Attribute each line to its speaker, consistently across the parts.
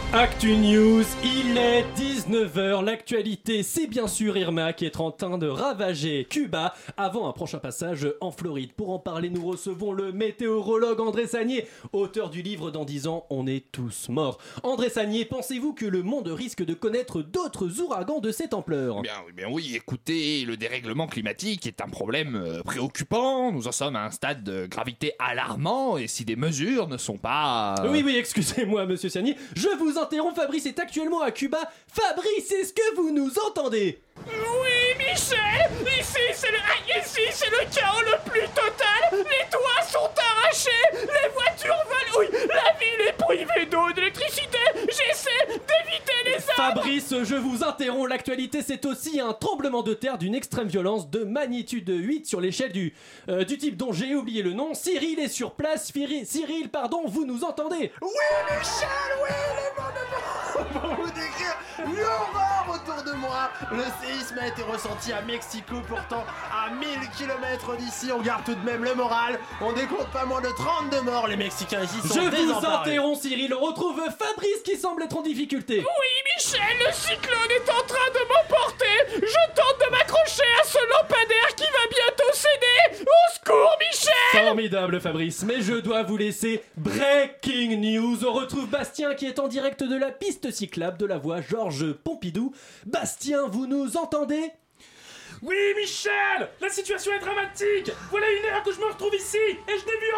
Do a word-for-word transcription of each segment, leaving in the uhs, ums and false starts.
Speaker 1: Actu News, il est dix-neuf heures, l'actualité c'est bien sûr Irma qui est en train de ravager Cuba avant un prochain passage en Floride. Pour en parler, nous recevons le météorologue André Sagnier, auteur du livre Dans dix ans, on est tous morts. André Sagnier, pensez-vous que le monde risque de connaître d'autres ouragans de cette ampleur ?
Speaker 2: Bien, bien oui, écoutez, le dérèglement climatique est un problème euh, préoccupant, nous en sommes à un stade de gravité alarmant et si des mesures ne sont pas... Euh...
Speaker 1: Oui, oui, excusez-moi monsieur Sagnier, je vous interromps, Fabrice est actuellement à Cuba. Fabrice, est-ce que vous nous entendez ?
Speaker 3: Oui, Michel, ici c'est le, ici c'est le chaos le plus total. Les toits sont arrachés, les voitures volent. Oui, la ville est privée d'eau, d'électricité. J'essaie d'éviter les arbres.
Speaker 1: Fabrice, je vous interromps. L'actualité, c'est aussi un tremblement de terre d'une extrême violence de magnitude huit sur l'échelle du euh, du type dont j'ai oublié le nom. Cyril est sur place. Cyril, Cyril, pardon, vous nous entendez ?
Speaker 4: Oui, Michel, oui, les mots pour vous décrire l'horreur autour de moi. Le séisme a été ressenti à Mexico, pourtant à mille kilomètres d'ici. On garde tout de même le moral. On décompte pas moins de trente-deux morts. Les Mexicains ici sont
Speaker 1: Je
Speaker 4: désemparés.
Speaker 1: vous interromps, Cyril. On retrouve Fabrice qui semble être en difficulté.
Speaker 3: Oui, Michel, le cyclone est en train de m'emporter. Je tente de m'accrocher à ce lampadaire qui va bientôt céder. Au secours, Michel.
Speaker 1: Formidable, Fabrice, mais je dois vous laisser. Breaking news. On retrouve Bastien qui est en direct de la piste cyclable de la voie Georges Pompidou. Bastien, vous nous entendez ?
Speaker 5: Oui, Michel, la situation est dramatique. Voilà une heure que je me retrouve ici et je n'ai vu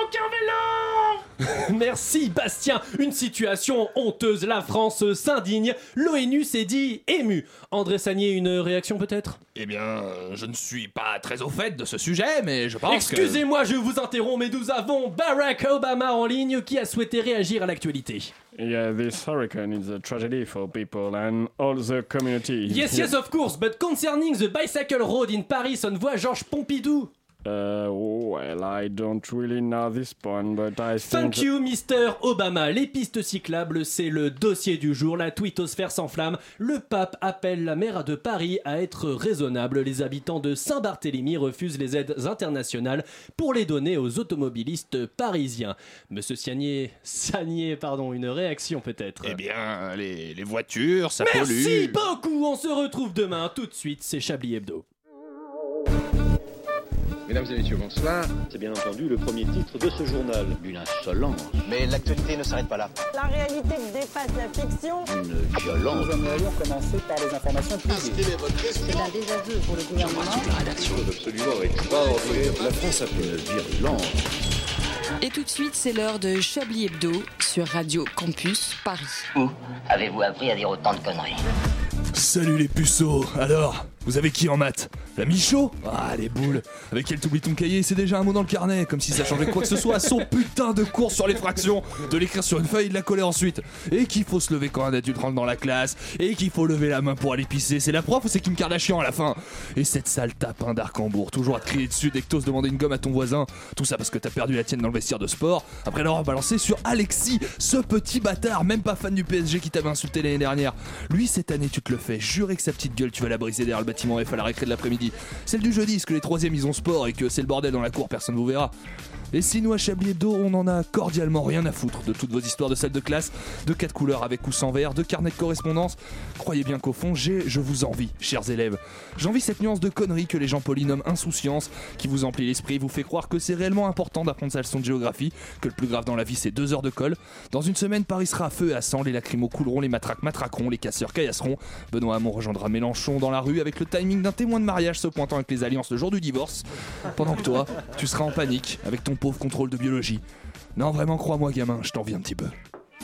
Speaker 5: aucun vélo.
Speaker 1: Merci Bastien, une situation honteuse, la France s'indigne, l'ONU s'est dit ému. André Sagnier, une réaction peut-être ?
Speaker 2: Eh bien, je ne suis pas très au fait de ce sujet, mais je pense que...
Speaker 1: Excusez-moi, je vous interromps, mais nous avons Barack Obama en ligne qui a souhaité réagir à l'actualité.
Speaker 6: Yeah, this hurricane is a tragedy for people and all the community.
Speaker 1: Yes, yes, of course, but concerning the bicycle road in Paris on voie Georges Pompidou.
Speaker 6: Uh, well, I don't really know this point, but I think...
Speaker 1: Thank you, mister Obama. Les pistes cyclables, c'est le dossier du jour. La twittosphère s'enflamme. Le pape appelle la maire de Paris à être raisonnable. Les habitants de Saint-Barthélemy refusent les aides internationales pour les donner aux automobilistes parisiens. Monsieur Sagnier, Sagnier, pardon, une réaction peut-être ?
Speaker 2: Eh bien, les, les voitures, ça
Speaker 1: Merci
Speaker 2: pollue...
Speaker 1: Merci beaucoup, on se retrouve demain. Tout de suite, c'est Chablis Hebdo.
Speaker 7: Mesdames et messieurs, bonsoir.
Speaker 8: C'est bien entendu le premier titre de ce journal.
Speaker 7: Une insolence.
Speaker 9: Mais l'actualité ne s'arrête pas là.
Speaker 10: La réalité dépasse la fiction.
Speaker 7: Une violence.
Speaker 8: Nous aimerions commencer par les informations privées.
Speaker 10: C'est un désaveu pour le gouvernement.
Speaker 7: La rédaction est absolument extraordinaire. La France a fait une virulence.
Speaker 11: Et tout de suite, c'est l'heure de Chablis Hebdo sur Radio Campus Paris.
Speaker 12: Où avez-vous appris à dire autant de conneries ?
Speaker 2: Salut les puceaux. Alors, vous avez qui en maths ? La Michaud ? Ah, les boules. Avec elle t'oublies ton cahier, c'est déjà un mot dans le carnet. Comme si ça changeait quoi que ce soit à son putain de cours sur les fractions. De l'écrire sur une feuille et de la coller ensuite. Et qu'il faut se lever quand un adulte rentre dans la classe. Et qu'il faut lever la main pour aller pisser. C'est la prof ou c'est Kim Kardashian à la fin ? Et cette sale tapin d'Archambourg, toujours à te crier dessus dès que t'oses demander une gomme à ton voisin. Tout ça parce que t'as perdu la tienne dans le vestiaire de sport. Après l'avoir balancé sur Alexis, ce petit bâtard, même pas fan du P S G qui t'avait insulté l'année dernière. Lui, cette année, tu te le fais jurer que sa petite gueule, tu vas la briser derrière le bâtiment F à la récré de l'après-midi. Celle du jeudi, parce que les troisièmes ils ont sport et que c'est le bordel dans la cour, personne vous verra. Et si nous à Chablis Hebdo, on en a cordialement rien à foutre de toutes vos histoires de salle de classe, de quatre couleurs avec ou sans verre, de carnet de correspondance, croyez bien qu'au fond, j'ai, je vous envie, chers élèves. J'envie cette nuance de conneries que les gens polis nomment insouciance, qui vous emplit l'esprit, vous fait croire que c'est réellement important d'apprendre sa leçon de géographie, que le plus grave dans la vie c'est deux heures de colle. Dans une semaine, Paris sera à feu et à sang, les lacrymos couleront, les matraques matraqueront, les casseurs caillasseront. Benoît Hamon rejoindra Mélenchon dans la rue avec le timing d'un témoin de mariage se pointant avec les alliances le jour du divorce. Pendant que toi, tu seras en panique avec ton pauvre contrôle de biologie. Non, vraiment, crois-moi, gamin, je t'envie un petit peu.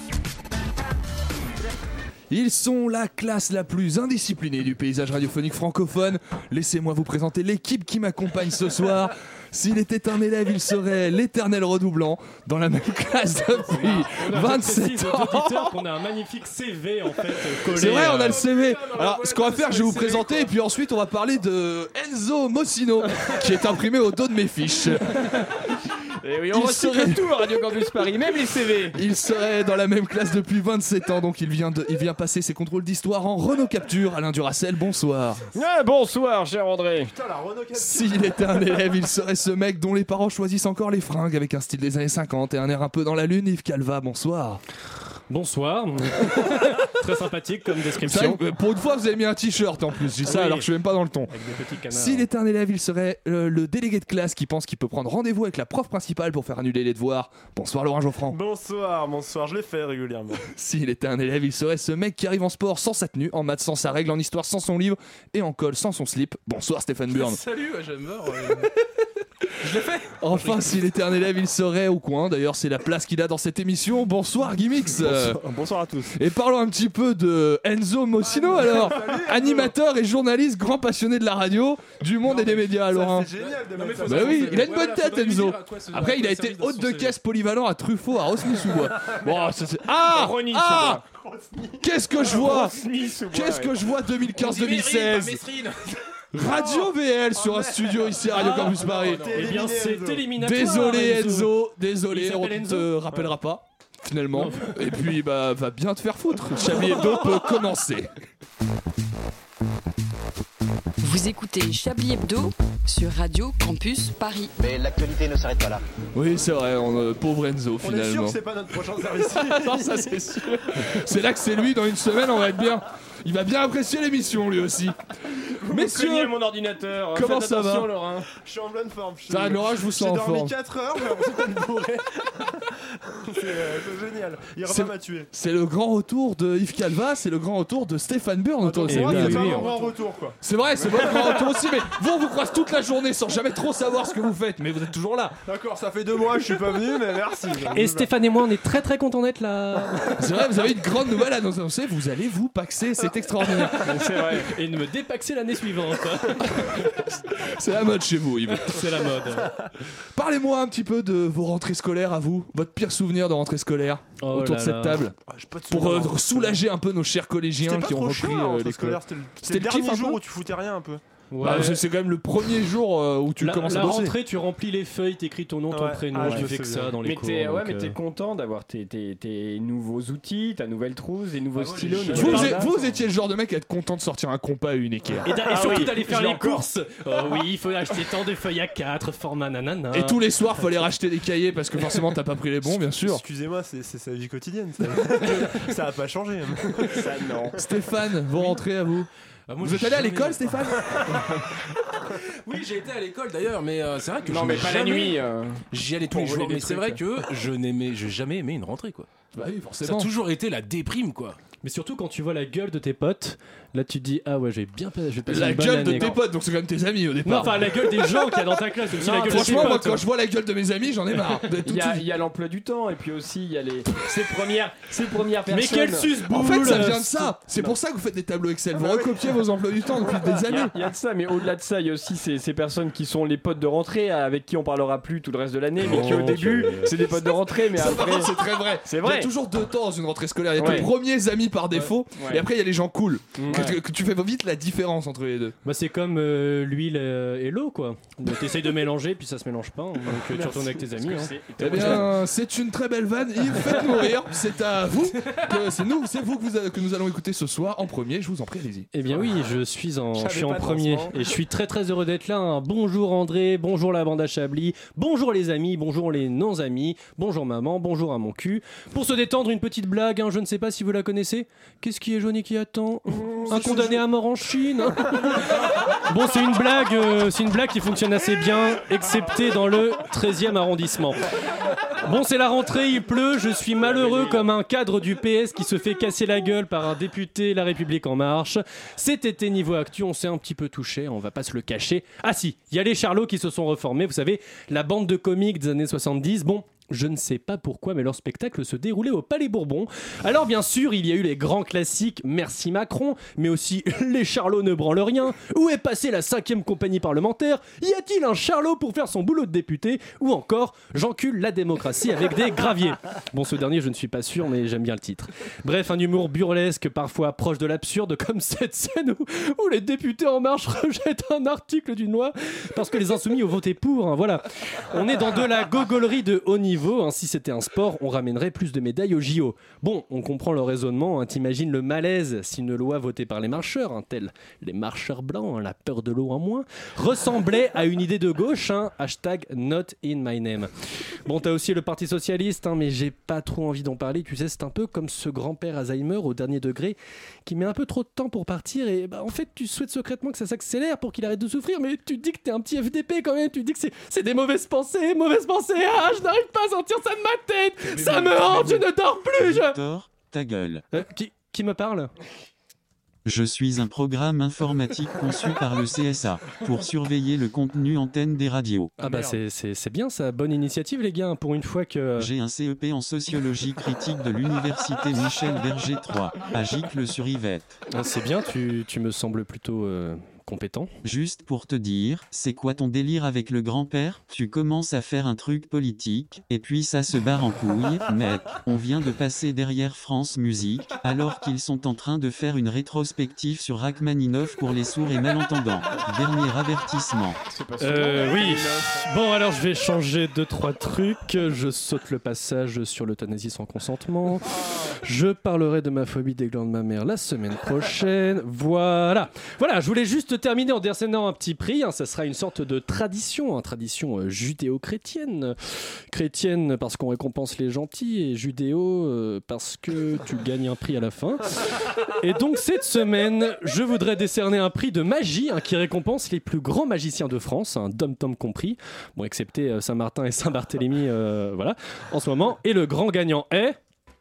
Speaker 2: Ils sont la classe la plus indisciplinée du paysage radiophonique francophone. Laissez-moi vous présenter l'équipe qui m'accompagne ce soir. S'il était un élève, il serait l'éternel redoublant dans la même classe depuis vingt-sept ans.
Speaker 1: Auditeurs qu'on a un magnifique C V en fait collé.
Speaker 2: C'est vrai, on a le C V. Alors, ce qu'on va faire, je vais vous présenter et puis ensuite on va parler de Enzo Mossino qui est imprimé au dos de mes fiches.
Speaker 5: Et oui, on recycle serait... tout à Radio Campus Paris, même les C V.
Speaker 2: Il serait dans la même classe depuis vingt-sept ans, donc il vient, de, il vient passer ses contrôles d'histoire en Renault Capture. Alain Duracell, bonsoir.
Speaker 6: Ah, bonsoir, cher André.
Speaker 4: Putain, la Renault Capture.
Speaker 2: S'il était un élève, il serait ce mec dont les parents choisissent encore les fringues avec un style des années cinquante et un air un peu dans la lune. Yves Calva, bonsoir.
Speaker 1: Bonsoir. Très sympathique comme description.
Speaker 2: Vrai, pour une fois, vous avez mis un t-shirt en plus. Je dis ça
Speaker 1: Oui.
Speaker 2: alors que je suis même pas dans le ton.
Speaker 1: Avec des petits canards.
Speaker 2: S'il était un élève, il serait le, le délégué de classe qui pense qu'il peut prendre rendez-vous avec la prof principale pour faire annuler les devoirs. Bonsoir Laurent Geoffrand.
Speaker 4: Bonsoir, bonsoir, je l'ai fait régulièrement.
Speaker 2: S'il était un élève, il serait ce mec qui arrive en sport sans sa tenue, en maths sans sa règle, en histoire sans son livre et en colle sans son slip. Bonsoir Stéphane Burn.
Speaker 13: Salut, ouais, j'aime mort. Ouais. Je l'ai fait.
Speaker 2: Enfin, s'il était un élève, il serait au coin. D'ailleurs, c'est la place qu'il a dans cette émission. Bonsoir Gimmix.
Speaker 6: Bonsoir, bonsoir à tous.
Speaker 2: Et parlons un petit peu de Enzo Moschino alors.
Speaker 4: Salut,
Speaker 2: Animateur et journaliste, grand passionné de la radio, du monde
Speaker 4: Non,
Speaker 2: et des médias, Laurent.
Speaker 4: C'est génial de
Speaker 13: Non, mais
Speaker 4: mettre
Speaker 13: faut
Speaker 4: ça.
Speaker 2: Bah
Speaker 13: ça,
Speaker 2: oui,
Speaker 13: faut-
Speaker 2: il a une
Speaker 13: ouais,
Speaker 2: bonne
Speaker 13: voilà,
Speaker 2: tête,
Speaker 13: faudrait lui
Speaker 2: Enzo.
Speaker 13: dire à quoi ce- à
Speaker 2: Après,
Speaker 13: quoi
Speaker 2: il a
Speaker 13: ça
Speaker 2: été
Speaker 13: servi dans
Speaker 2: hôte
Speaker 13: son
Speaker 2: de
Speaker 13: C V.
Speaker 2: caisse polyvalent à Truffaut, à Rosny-sous-Bois. Bon, ça c'est. Ah,
Speaker 6: Rosny,
Speaker 2: ah Qu'est-ce que je vois
Speaker 6: Rosny-sous-Bois,
Speaker 2: Qu'est-ce que je vois deux mille quinze deux mille seize Radio V L sur un studio ici à Radio Campus Paris.
Speaker 1: Eh bien, c'est éliminatoire.
Speaker 2: Désolé
Speaker 1: Enzo.
Speaker 2: Enzo, désolé,
Speaker 1: Il
Speaker 2: on
Speaker 1: s'appelle
Speaker 2: ne
Speaker 1: Enzo
Speaker 2: te rappellera pas. Finalement, et puis bah va bien te faire foutre. Chablis Hebdo peut commencer.
Speaker 11: Vous écoutez Chablis Hebdo sur Radio Campus Paris.
Speaker 9: Mais l'actualité ne s'arrête pas là.
Speaker 2: Oui, c'est vrai, on, euh, pauvre Enzo
Speaker 4: On est sûr
Speaker 2: finalement.
Speaker 4: que c'est pas notre prochain service.
Speaker 2: Non, ça c'est sûr. C'est là que c'est lui dans une semaine, on va être bien. Il va bien apprécier l'émission lui aussi.
Speaker 6: Messieurs,
Speaker 2: Messieurs,
Speaker 6: mon ordinateur.
Speaker 2: comment
Speaker 6: Faites
Speaker 2: ça va
Speaker 6: attention, Laurent.
Speaker 4: Je suis en pleine forme. Je suis-
Speaker 2: ça, Laura, je vous
Speaker 4: J'ai
Speaker 2: sens en
Speaker 4: dormi
Speaker 2: forme.
Speaker 4: quatre heures, j'ai l'impression d'être bourré. C'est euh, c'est génial.
Speaker 2: C'est-
Speaker 4: Irma m'a tué.
Speaker 2: C'est le grand retour de Yves Calva, c'est le grand retour de Stéphane Burn autour de
Speaker 4: C'est
Speaker 2: cette
Speaker 4: vrai,
Speaker 1: oui,
Speaker 4: c'est
Speaker 2: table.
Speaker 1: oui,
Speaker 4: pas un
Speaker 1: oui,
Speaker 4: grand retour quoi.
Speaker 2: C'est vrai, c'est votre grand retour aussi, mais vous, on vous croise toute la journée sans jamais trop savoir ce que vous faites, mais vous êtes toujours là.
Speaker 4: D'accord, ça fait deux mois que je suis pas venu, mais merci.
Speaker 1: Et Stéphane et moi, on est très très contents d'être là.
Speaker 2: C'est vrai, vous avez une grande nouvelle à nous annoncer, vous allez vous paxer, c'est extraordinaire.
Speaker 6: C'est vrai.
Speaker 1: Et de me dépaxer l'année suivante.
Speaker 2: C'est la mode chez vous, Yves.
Speaker 1: C'est la mode.
Speaker 2: Parlez-moi un petit peu de vos rentrées scolaires à vous, votre pire souvenir de rentrée scolaire
Speaker 1: Oh
Speaker 2: autour
Speaker 1: là
Speaker 2: de cette
Speaker 1: là.
Speaker 2: table,
Speaker 4: Ah, j'ai pas de
Speaker 2: pour
Speaker 4: souvenir.
Speaker 2: euh, soulager un peu nos chers collégiens
Speaker 4: C'était pas
Speaker 2: qui ont
Speaker 4: trop
Speaker 2: repris
Speaker 4: chiant, la
Speaker 2: euh,
Speaker 4: rentrée
Speaker 2: l'école.
Speaker 4: scolaire, C'était le,
Speaker 2: C'était
Speaker 4: c'était le
Speaker 2: le kiff,
Speaker 4: dernier
Speaker 2: un
Speaker 4: jour
Speaker 2: peu
Speaker 4: où tu foutais rien un peu.
Speaker 1: Ouais.
Speaker 2: Bah, c'est, c'est quand même le premier jour euh, où tu
Speaker 1: la,
Speaker 2: commences
Speaker 1: la
Speaker 2: à bosser.
Speaker 1: rentrée, tu remplis les feuilles, t'écris ton nom, ton
Speaker 4: Ouais.
Speaker 1: prénom,
Speaker 4: Ah,
Speaker 1: tu
Speaker 4: je
Speaker 1: fais
Speaker 4: me
Speaker 1: que
Speaker 4: souviens.
Speaker 1: ça dans les
Speaker 6: Mais
Speaker 1: cours.
Speaker 6: t'es ouais,
Speaker 1: donc,
Speaker 6: mais
Speaker 1: euh,
Speaker 6: t'es content d'avoir tes, tes, tes nouveaux outils, ta nouvelle trousse, des nouveaux
Speaker 13: Ah, moi, j'ai
Speaker 6: stylos.
Speaker 13: jamais-
Speaker 6: des
Speaker 2: Vous,
Speaker 6: nouvelles
Speaker 2: vous, êtes-
Speaker 6: dates.
Speaker 2: vous étiez le genre de mec à être content de sortir un compas à une équerre.
Speaker 1: Et, d'a- et
Speaker 6: Ah
Speaker 1: surtout
Speaker 6: oui,
Speaker 1: d'aller faire
Speaker 6: je l'ai
Speaker 1: les
Speaker 6: encore.
Speaker 1: courses. Oh oui, il faut acheter tant de feuilles à quatre, format nanana.
Speaker 2: Et tous les soirs, fallait racheter des cahiers parce que forcément, t'as pas pris les bons, bien sûr.
Speaker 4: Excusez-moi, c'est c'est sa vie quotidienne. Ça, ça a pas changé.
Speaker 6: Ça, non.
Speaker 2: Stéphane, vos rentrées à vous.
Speaker 13: Ah, moi,
Speaker 2: Vous êtes
Speaker 13: j'ai
Speaker 2: allé à
Speaker 13: jamais-
Speaker 2: l'école, Stéphane?
Speaker 13: Oui, j'ai été à l'école d'ailleurs, mais euh, c'est vrai que
Speaker 6: Non,
Speaker 13: je
Speaker 6: mais
Speaker 13: n'ai
Speaker 6: pas la
Speaker 13: jamais-
Speaker 6: nuit. euh.
Speaker 13: J'y allais tous
Speaker 6: Pour
Speaker 13: les
Speaker 6: voler
Speaker 13: jours,
Speaker 6: des
Speaker 13: mais c'est
Speaker 6: trucs.
Speaker 13: vrai que je n'aimais, j'ai jamais aimé une rentrée quoi.
Speaker 2: Bah oui,
Speaker 13: Ça a
Speaker 2: forcément.
Speaker 13: toujours été la déprime quoi.
Speaker 1: Mais surtout quand tu vois la gueule de tes potes, là tu te dis ah ouais j'ai bien pas- j'ai passé
Speaker 2: La
Speaker 1: une bonne
Speaker 2: gueule de
Speaker 1: année.
Speaker 2: tes potes, donc c'est quand même tes amis au
Speaker 1: Non,
Speaker 2: départ.
Speaker 1: enfin la gueule des gens qu'il y a dans ta classe, c'est aussi
Speaker 6: Non,
Speaker 1: la gueule de tes
Speaker 2: Franchement, moi,
Speaker 1: potes.
Speaker 2: quand je vois la gueule de mes amis, j'en ai marre. De tout
Speaker 6: Il y, a,
Speaker 2: de
Speaker 6: il y a l'emploi du temps et puis aussi il y a les ces premières ces premières
Speaker 1: Mais
Speaker 6: personnes.
Speaker 1: quel susboule.
Speaker 2: En fait, ça vient de ça. C'est pour ça que vous faites des tableaux Excel. Vous recopiez vos emplois du temps depuis des
Speaker 6: Il y,
Speaker 2: années.
Speaker 6: a, il y a de ça, mais au-delà de ça, il y a aussi ces, ces personnes qui sont les potes de rentrée avec qui on parlera plus tout le reste de l'année, mais qui au
Speaker 1: Oh,
Speaker 6: début
Speaker 1: ok.
Speaker 6: c'est des potes de rentrée, mais
Speaker 2: Ça, par
Speaker 6: après
Speaker 2: contre, c'est très vrai.
Speaker 6: c'est
Speaker 2: Il y a
Speaker 6: vrai.
Speaker 2: toujours deux temps dans une rentrée scolaire. Il y a
Speaker 6: Ouais.
Speaker 2: tes premiers amis par défaut,
Speaker 6: Ouais.
Speaker 2: et après il y a les gens cool.
Speaker 6: Mm.
Speaker 2: Que,
Speaker 6: Ouais.
Speaker 2: tu- que tu fais vite la différence entre les deux.
Speaker 1: Bah c'est comme euh, l'huile euh, et l'eau quoi. Donc, t'essayes de mélanger puis ça se mélange pas. Donc euh, tu retournes avec tes amis. Hein.
Speaker 2: Eh bien, c'est une très belle vanne. Yves, faites-nous rire. C'est à vous. Que c'est nous, c'est vous que, vous a- que nous allons écouter ce soir en premier. Je vous en prie, allez-y.
Speaker 1: Eh bien oui, je suis en, je
Speaker 6: J'avais
Speaker 1: suis en
Speaker 6: pas de
Speaker 1: premier
Speaker 6: lancement.
Speaker 1: et je suis très très heureux d'être là. hein. Bonjour André, bonjour la bande à Chablis, bonjour les amis, bonjour les non-amis, bonjour maman, bonjour à mon cul. Pour se détendre, une petite blague, hein, je ne sais pas si vous la connaissez. Qu'est-ce qui est jaune et qui attend Un condamné à mort en Chine. Bon, c'est une blague, euh, c'est une blague qui fonctionne assez bien, excepté dans le treizième arrondissement. Bon, c'est la rentrée, il pleut, je suis malheureux comme un cadre du P S qui se fait casser la gueule par un député La République En Marche. Cet été, niveau actu, on s'est un petit peu touché, on va pas se le cacher. Ah si, il y a les Charlots qui se sont reformés, vous savez, la bande de comiques des années soixante-dix. Bon, je ne sais pas pourquoi, mais leur spectacle se déroulait au Palais Bourbon. Alors bien sûr, il y a eu les grands classiques Merci Macron, mais aussi Les Charlots ne branlent rien. Où est passée la cinquième compagnie parlementaire? Y a-t-il un Charlot pour faire son boulot de député? Ou encore J'encule la démocratie avec des graviers. Bon, ce dernier, je ne suis pas sûr, mais j'aime bien le titre. Bref, un humour burlesque, parfois proche de l'absurde, comme cette scène où, où les députés En Marche rejettent un article du Noix parce que les insoumis ont voté pour. hein, voilà. On est dans de la gogolerie de haut niveau. niveau, hein, si c'était un sport, on ramènerait plus de médailles au J O. Bon, on comprend le raisonnement, hein, t'imagines le malaise si une loi votée par les marcheurs, hein, tels les marcheurs blancs, hein, la peur de l'eau en moins, ressemblait à une idée de gauche, hein, hashtag not in my name. Bon, t'as aussi le Parti Socialiste, hein, mais j'ai pas trop envie d'en parler, tu sais, c'est un peu comme ce grand-père Alzheimer au dernier degré qui met un peu trop de temps pour partir et bah, en fait tu souhaites secrètement que ça s'accélère pour qu'il arrête de souffrir, mais tu te dis que t'es un petit F D P quand même, tu te dis que c'est, c'est des mauvaises pensées, mauvaises pensées, ah je n'arrive pas à sortir ça de ma tête, ça me hante, je ne dors plus, je...
Speaker 14: Victor, ta gueule.
Speaker 1: Euh, qui, qui me parle ?
Speaker 14: Je suis un programme informatique conçu par le C S A pour surveiller le contenu antenne des radios.
Speaker 1: Ah bah c'est, c'est, c'est bien ça, bonne initiative les gars, pour une fois que...
Speaker 14: J'ai un C E P en sociologie critique de l'université Michel Berger trois, à Gicles-sur-Yvette.
Speaker 1: Ah, c'est bien, tu, tu me sembles plutôt... Euh... compétent.
Speaker 14: Juste pour te dire, c'est quoi ton délire avec le grand-père ? Tu commences à faire un truc politique, et puis ça se barre en couille. Mec, on vient de passer derrière France Musique, alors qu'ils sont en train de faire une rétrospective sur Rachmaninov pour les sourds et malentendants. Dernier avertissement.
Speaker 1: Euh, oui. Bon, alors je vais changer deux, trois trucs. Je saute le passage sur l'euthanasie sans consentement. Je parlerai de ma phobie des glandes mammaires la semaine prochaine. Voilà. Voilà, je voulais juste terminer en décernant un petit prix, hein, ça sera une sorte de tradition, hein, tradition euh, judéo-chrétienne. Chrétienne parce qu'on récompense les gentils et judéo euh, parce que tu gagnes un prix à la fin. Et donc cette semaine, je voudrais décerner un prix de magie, hein, qui récompense les plus grands magiciens de France, hein, dom-tom compris, bon excepté euh, Saint-Martin et Saint-Barthélemy, euh, voilà, en ce moment. Et le grand gagnant est...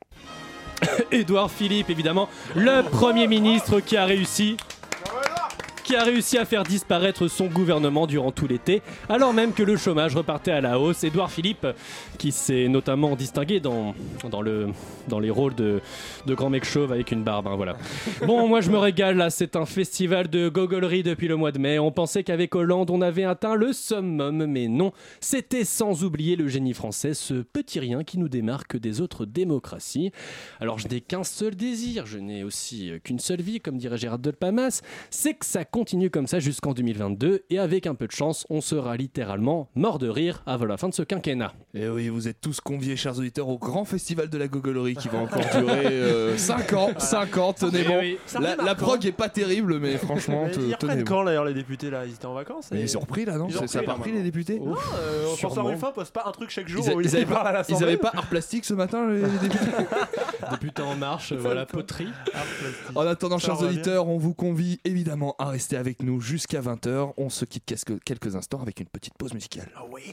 Speaker 1: Édouard Philippe, évidemment, le Premier ministre qui a réussi... qui a réussi à faire disparaître son gouvernement durant tout l'été, alors même que le chômage repartait à la hausse. Édouard Philippe, qui s'est notamment distingué dans, dans, le, dans les rôles de, de grand mec chauve avec une barbe, hein, voilà. Bon, moi je me régale, là, c'est un festival de gogolerie depuis le mois de mai. On pensait qu'avec Hollande, on avait atteint le summum, mais non. C'était sans oublier le génie français, ce petit rien qui nous démarque des autres démocraties. Alors je n'ai qu'un seul désir, je n'ai aussi qu'une seule vie, comme dirait Gérard Delpamas, c'est que ça continue comme ça jusqu'en deux mille vingt-deux et avec un peu de chance, on sera littéralement mort de rire avant la fin de ce quinquennat.
Speaker 2: Et oui, vous êtes tous conviés, chers auditeurs, au grand festival de la gogolerie qui va encore durer euh, cinq ans, cinq ans, tenez bon. Oui. La, la prog est pas terrible, mais franchement, mais
Speaker 4: ils
Speaker 2: tenez
Speaker 4: quand
Speaker 2: bon.
Speaker 4: d'ailleurs les députés là, ils étaient en vacances.
Speaker 2: Et... Ils ont repris là, non?
Speaker 4: Ils ont
Speaker 2: Ça n'a pas repris les députés?
Speaker 4: Non, euh, François Ruffin pose pas un truc chaque jour.
Speaker 2: Ils, a,
Speaker 4: où
Speaker 2: ils,
Speaker 4: ils,
Speaker 2: avaient
Speaker 4: parlent
Speaker 2: pas,
Speaker 4: à l'Assemblée.
Speaker 2: ils avaient pas art plastique ce matin, les, les députés?
Speaker 1: Députés en marche, voilà, poterie.
Speaker 2: En attendant,
Speaker 4: Ça
Speaker 2: chers auditeurs, on vous convie évidemment à rester avec nous jusqu'à vingt heures. On se quitte quelques, quelques instants avec une petite pause musicale.
Speaker 4: Ah oui.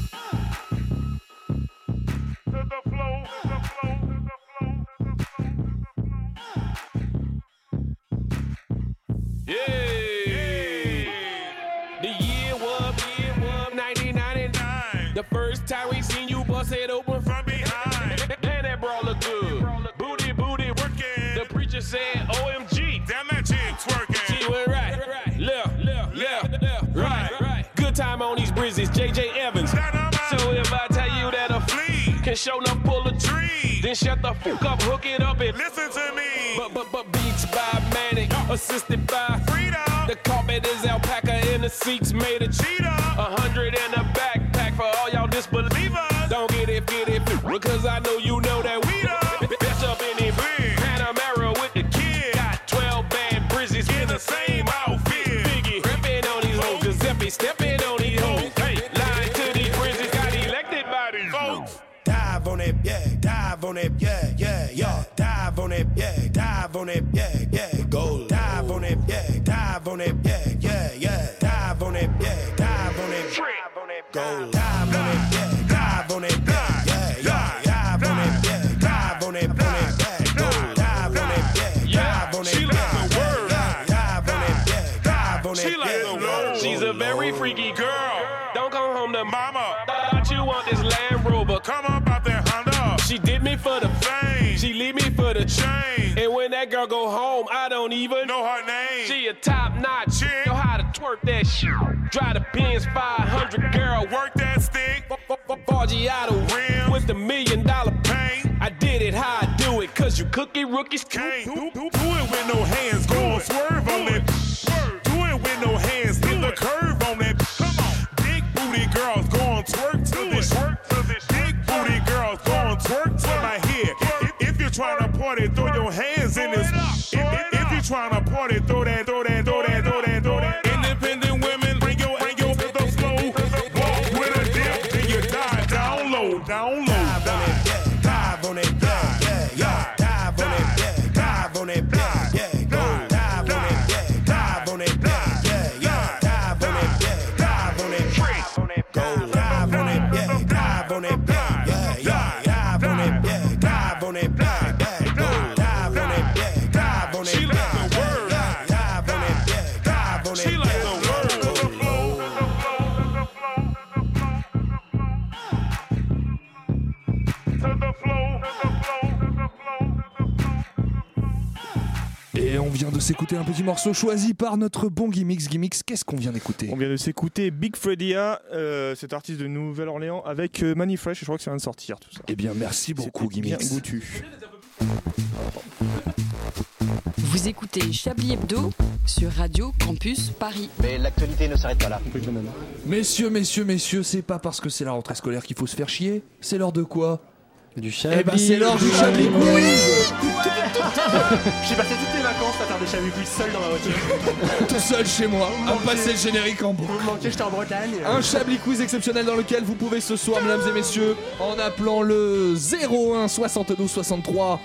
Speaker 3: Yeah. The year was, year was nineteen ninety-nine. The first time we seen you bust it open from behind. Damn, that bra look good. Booty, booty working. The preacher said, O M G. Damn, that chick twerking. She went right, left, left, left, left, right, right. Good time on these bridges, J J Evans. So if I tell you that a flea can show enough pull a tree, then shut the fuck up, hook it up and listen to me. But but but beats by Manic, assisted by Freedom. The carpet is alpaca and the seats made of cheetah. A hundred in a backpack for all y'all disbelievers. Don't get it, get it, because I know you know that we done. Bitch up in it, Panamera with the kid. Got twelve bad bridges in the same outfit. Biggie ripping on these hoes, Giuseppe stepping on these hoes. Hey, lying to these bridges, got elected by these folks.
Speaker 15: Dive on it, yeah, dive on it, yeah, yeah, yeah. Dive on it, yeah, dive on it, yeah, yeah. Go. Dive on it, yeah, dive on it, yeah, yeah, yeah. Dive on it, yeah, dive on it, go. Dive on it, yeah, dive on it, yeah, yeah, yeah. Dive on it, yeah, dive on it, on it, yeah, go. Dive on it, yeah, dive on it, yeah, yeah. Dive on it, yeah, dive on it,
Speaker 3: She like the word. She's a very freaky girl. Don't come home to mama. Thought you want this Land Rover. Come up out that Honda. She did me for the fame. She leave me for the chain. And when that girl go home, I don't even know her name. She a top notch chick. Know how to twerk that shit. Drive the Benz five hundred, girl. Work that stick. Forgiato rim with the million dollar paint. I did it how I do it, cause you cookie rookies can't. Do, do, do it with no hands. Go on, swerve on that. Do it with no hands. Hit the curve on that. Come on. Big booty girls go on, twerk to this. Big booty
Speaker 15: Go on, twerk to my head. If, if you're trying to party, throw your hands in this. If, if, if you're trying to party, throw that, throw that, throw that, throw that, throw that. Independent women, bring your, bring your to the flow. Walk with a dip, then you dive down low, down low. Dive on it, yeah, dive on it, yeah, yeah, yeah. Dive on it, yeah, dive on it, yeah, yeah. Go dive on it, yeah, dive on it, yeah, yeah, yeah. Dive on it, yeah, dive on it, dive on it, go dive on it, yeah, dive on it, yeah, yeah, yeah. Dive on it, yeah, dive on it, yeah, yeah. Go dive on it, yeah, dive on it. She like the word, yeah, dive on it, yeah, dive on it. She like the word.
Speaker 2: Et on vient de s'écouter un petit morceau choisi par notre bon Gimmicks. Gimmicks, qu'est-ce qu'on vient d'écouter?
Speaker 16: On vient de s'écouter Big Fredia, euh, cet artiste de Nouvelle-Orléans, avec euh, Manny Fresh, je crois que ça vient de sortir tout ça.
Speaker 2: Eh bien, merci beaucoup, Gimmicks.
Speaker 16: Bien goûtu.
Speaker 11: Vous écoutez Chablis Hebdo sur Radio Campus Paris.
Speaker 9: Mais l'actualité ne s'arrête pas là.
Speaker 2: Messieurs, messieurs, messieurs, c'est pas parce que c'est la rentrée scolaire qu'il faut se faire chier. C'est l'heure de quoi?
Speaker 1: Du Chablis.
Speaker 2: Eh ben, c'est l'heure du Chablis Quiz.
Speaker 4: J'ai passé toutes les vacances à faire des Chablis Quiz seul dans ma voiture.
Speaker 2: Tout seul chez moi, à passer le générique en boucle.
Speaker 4: Vous me manquez, j'étais en Bretagne.
Speaker 2: Un Chablis Quiz exceptionnel dans lequel vous pouvez ce soir, mesdames et messieurs, en appelant le zéro un soixante-douze soixante-trois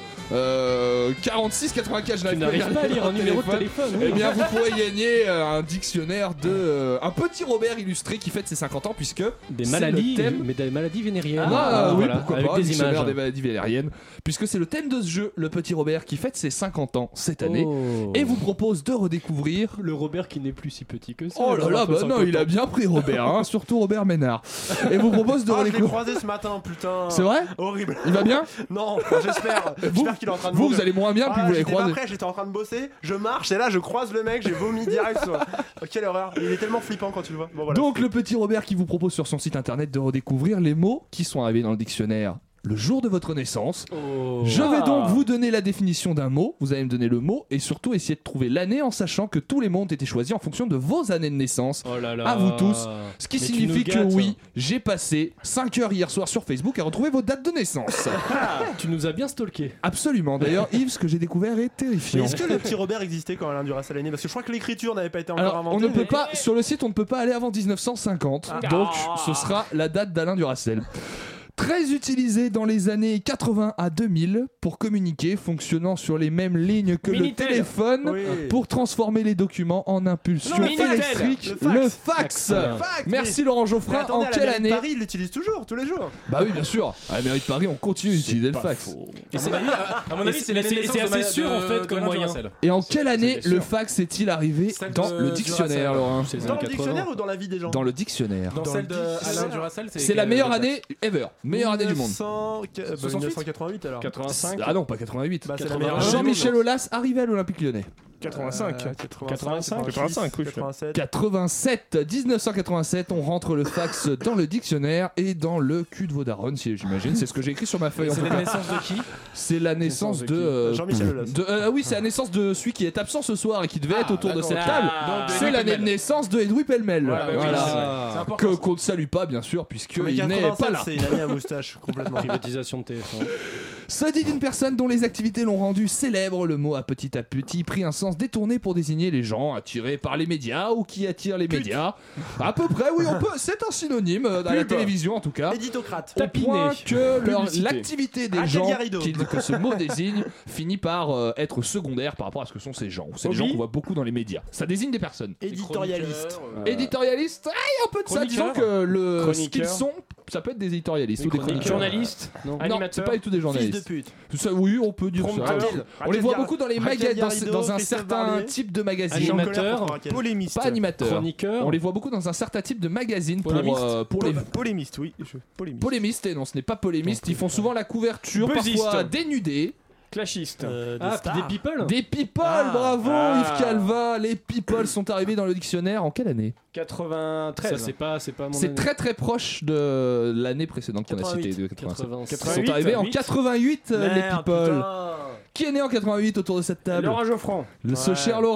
Speaker 2: euh, quarante-six quatre-vingt-quatre, je
Speaker 1: n'arrive pas à lire un numéro de téléphone.
Speaker 2: Eh bien, vous pourrez gagner euh, un dictionnaire de euh, un petit Robert illustré qui fête ses cinquante ans, puisque
Speaker 1: des
Speaker 2: c'est
Speaker 1: maladies,
Speaker 2: le thème...
Speaker 1: mais des maladies vénériennes.
Speaker 2: Ah,
Speaker 1: ah
Speaker 2: oui,
Speaker 1: voilà,
Speaker 2: pourquoi
Speaker 1: avec
Speaker 2: pas,
Speaker 1: des
Speaker 2: dictionnaire
Speaker 1: images.
Speaker 2: des maladies vénériennes, puisque c'est le thème de ce jeu, le petit Robert qui fête ses cinquante ans cette année,
Speaker 1: Oh.
Speaker 2: et vous propose de redécouvrir
Speaker 1: le Robert qui n'est plus si petit que ça.
Speaker 2: Oh là là, bah non, il a bien pris Robert, hein, surtout Robert Ménard. Et vous propose de
Speaker 4: Ah, je l'ai
Speaker 2: redécouvrir.
Speaker 4: croisé ce matin, putain.
Speaker 2: C'est vrai?
Speaker 4: Horrible.
Speaker 2: Il va bien?
Speaker 4: Non, enfin, j'espère. J'espère qu'il est en train de
Speaker 2: Vous,
Speaker 4: mourir.
Speaker 2: vous allez moins bien, puis
Speaker 4: Ah,
Speaker 2: vous l'avez
Speaker 4: j'étais pas
Speaker 2: croisé.
Speaker 4: prêt, j'étais en train de bosser, je marche et là je croise le mec, j'ai vomi direct sur... Oh, quelle horreur, il est tellement flippant quand tu le vois. Bon, voilà.
Speaker 2: Donc le petit Robert qui vous propose sur son site internet de redécouvrir les mots qui sont arrivés dans le dictionnaire le jour de votre naissance.
Speaker 1: Oh.
Speaker 2: Je vais
Speaker 1: Ah.
Speaker 2: donc vous donner la définition d'un mot, vous allez me donner le mot et surtout essayer de trouver l'année en sachant que tous les mots ont été choisis en fonction de vos années de naissance.
Speaker 1: Oh là là.
Speaker 2: À vous tous. Ce qui
Speaker 1: Mais tu
Speaker 2: signifie
Speaker 1: nous
Speaker 2: que
Speaker 1: gâtes.
Speaker 2: oui, j'ai passé cinq heures hier soir sur Facebook à retrouver vos dates de naissance.
Speaker 1: Tu nous as bien stalké.
Speaker 2: Absolument. D'ailleurs, Yves, ce que j'ai découvert est
Speaker 4: Mais
Speaker 2: terrifiant.
Speaker 4: est-ce que le petit Robert existait quand Alain Duracell est né? Parce que je crois que l'écriture n'avait pas été encore
Speaker 2: Alors,
Speaker 4: inventée.
Speaker 2: on ne peut
Speaker 4: mais-
Speaker 2: pas, sur le site, on ne peut pas aller avant dix-neuf cent cinquante.
Speaker 4: Ah.
Speaker 2: Donc, ce sera la date d'Alain Duracell. Très utilisé dans les années quatre-vingts à deux mille pour communiquer, fonctionnant sur les mêmes lignes que
Speaker 1: Minitel.
Speaker 2: le téléphone,
Speaker 4: Oui.
Speaker 2: pour transformer les documents en impulsion
Speaker 4: Non, Minitel.
Speaker 2: électrique.
Speaker 4: Le
Speaker 2: Le
Speaker 4: fax.
Speaker 2: fax.
Speaker 4: Le fax,
Speaker 2: Merci
Speaker 4: oui.
Speaker 2: Laurent
Speaker 4: Mais
Speaker 2: Geoffrin.
Speaker 4: attendez,
Speaker 2: En
Speaker 4: à la
Speaker 2: quelle
Speaker 4: mairie de
Speaker 2: année?
Speaker 4: Paris, il l'utilise toujours, tous les jours.
Speaker 2: Bah oui, bien sûr. À la mairie de Paris, on continue d'utiliser le fax.
Speaker 13: Et c'est- à mon avis, c'est
Speaker 1: mais
Speaker 13: la
Speaker 1: c'est-
Speaker 13: naissance
Speaker 1: c'est
Speaker 13: de
Speaker 1: assez
Speaker 13: ma-
Speaker 1: sûr,
Speaker 13: de-
Speaker 1: en fait,
Speaker 13: de
Speaker 1: comme
Speaker 13: Alain
Speaker 1: moyen.
Speaker 13: Duracell.
Speaker 2: Et en quelle année
Speaker 13: bien sûr.
Speaker 2: le fax est-il arrivé
Speaker 13: Celle
Speaker 2: dans
Speaker 13: de
Speaker 2: le dictionnaire,
Speaker 13: Duracell.
Speaker 2: Laurent?
Speaker 1: C'est les
Speaker 4: Dans
Speaker 1: années
Speaker 4: le
Speaker 1: quatre-vingts.
Speaker 4: dictionnaire ou dans la vie des gens?
Speaker 2: Dans le dictionnaire.
Speaker 13: Dans
Speaker 4: Dans
Speaker 13: celle
Speaker 4: le
Speaker 13: de
Speaker 4: dictionnaire.
Speaker 13: Alain Duracell,
Speaker 2: C'est la meilleure année ever. Meilleure année du monde.
Speaker 4: mille neuf cents, euh, bah, mille neuf cent quatre-vingt-huit alors.
Speaker 6: quatre-vingt-cinq.
Speaker 2: Ah non, pas quatre-vingt-huit.
Speaker 4: Bah, c'est la
Speaker 1: quatre-vingt-un.
Speaker 4: meilleure année du
Speaker 2: Jean-Michel
Speaker 4: monde.
Speaker 2: Aulas arrivait à l'Olympique Lyonnais.
Speaker 16: quatre-vingt-cinq.
Speaker 4: Euh,
Speaker 6: quatre-vingt-cinq,
Speaker 16: quatre-vingt-cinq, oui.
Speaker 4: quatre-vingt-sept.
Speaker 2: quatre-vingt-sept, dix-neuf cent quatre-vingt-sept, on rentre le fax dans le dictionnaire et dans le cul de vos darons, si j'imagine. C'est ce que j'ai écrit sur ma feuille. en
Speaker 13: C'est
Speaker 2: tout
Speaker 13: la
Speaker 2: cas.
Speaker 13: naissance de qui?
Speaker 2: C'est la naissance
Speaker 6: de
Speaker 2: de.
Speaker 6: qui
Speaker 2: euh,
Speaker 4: Jean-Michel Aulas.
Speaker 2: de- euh, oui, c'est la naissance de celui qui est absent ce soir et qui devait être autour de
Speaker 13: d'accord.
Speaker 2: cette
Speaker 13: Ah,
Speaker 2: table.
Speaker 13: donc de
Speaker 2: C'est
Speaker 13: Edoui
Speaker 2: l'année de
Speaker 13: Pellemel.
Speaker 2: naissance de Edoui Pellemel.
Speaker 13: Voilà, bah oui,
Speaker 2: Voilà.
Speaker 13: c'est- c'est important.
Speaker 2: Que- Qu'on ne salue pas, bien sûr,
Speaker 4: Mais
Speaker 2: puisqu'il n'est pas
Speaker 4: quatre-vingt-sept,
Speaker 2: là.
Speaker 4: c'est une année à moustache, complètement.
Speaker 1: Privatisation de T F un.
Speaker 2: Ça dit d'une personne dont les activités l'ont rendu célèbre, le mot a petit à petit pris un sens détourné pour désigner les gens attirés par les médias ou qui attirent les médias. À peu près, oui, on peut. C'est un synonyme euh, dans la
Speaker 4: Pute.
Speaker 2: télévision en tout cas.
Speaker 4: Éditocrate.
Speaker 2: Au point que leur-
Speaker 6: Publicité.
Speaker 2: l'activité des
Speaker 4: Raquel
Speaker 2: gens
Speaker 4: Garrido.
Speaker 2: qu'il- que ce mot désigne finit par euh, être secondaire par rapport à ce que sont ces gens. C'est des gens
Speaker 6: Hobby.
Speaker 2: qu'on voit beaucoup dans les médias. Ça désigne des personnes.
Speaker 4: Éditorialiste.
Speaker 2: Éditorialistes, ah, il y a un peu de ça. Disons que le, ce
Speaker 6: Chroniqueur.
Speaker 2: qu'ils sont, ça peut être des éditorialistes
Speaker 1: Oui,
Speaker 2: ou des
Speaker 1: chroniqueur.
Speaker 2: chroniqueurs.
Speaker 6: Journaliste.
Speaker 1: Non.
Speaker 2: Non, c'est
Speaker 6: Animateur.
Speaker 2: pas du tout des
Speaker 4: Fils
Speaker 2: journalistes.
Speaker 4: de pute.
Speaker 2: Ça, oui, on peut dire ça.
Speaker 6: Prompteur.
Speaker 4: Raquel-
Speaker 2: On les
Speaker 4: Raquel
Speaker 2: voit
Speaker 4: Gar-
Speaker 2: beaucoup dans les
Speaker 4: Raquel
Speaker 2: magazines, dans,
Speaker 4: Garrido,
Speaker 2: dans un
Speaker 4: Christophe
Speaker 2: certain
Speaker 4: Barbier.
Speaker 2: type de
Speaker 4: Je
Speaker 2: magazine.
Speaker 4: suis en colère
Speaker 1: Animateur.
Speaker 4: contre Raquel.
Speaker 16: Polémiste.
Speaker 2: Pas animateur.
Speaker 1: Chroniqueur.
Speaker 2: On les voit beaucoup dans un certain type de magazine pour,
Speaker 1: Polémiste.
Speaker 2: euh, pour les
Speaker 16: Po- Polémiste, oui. je- Polémiste.
Speaker 2: polémistes. Et non, ce n'est pas polémiste. Ils font souvent la couverture,
Speaker 6: Buzziste.
Speaker 2: parfois dénudée.
Speaker 6: Clashiste.
Speaker 4: Euh, des
Speaker 1: Ah,
Speaker 4: stars.
Speaker 1: des people.
Speaker 2: Des people,
Speaker 4: Ah.
Speaker 2: bravo
Speaker 6: Ah.
Speaker 2: Yves Calva. Les people sont arrivés dans le dictionnaire en quelle année?
Speaker 1: Ça,
Speaker 6: quatre-vingt-treize.
Speaker 1: c'est pas, c'est pas mon
Speaker 2: C'est
Speaker 1: année.
Speaker 2: très très proche de l'année précédente qu'on a citée, de quatre-vingt-sept.
Speaker 1: quatre-vingt-sept.
Speaker 2: Ils sont arrivés en
Speaker 6: huit.
Speaker 2: quatre-vingt-huit, euh, les
Speaker 4: Merde,
Speaker 2: people.
Speaker 4: putain.
Speaker 2: Qui est né en quatre-vingt-huit autour de cette table?
Speaker 6: Laurent Geoffran.
Speaker 2: Le- Ce
Speaker 4: Ouais.
Speaker 2: cher Laurent.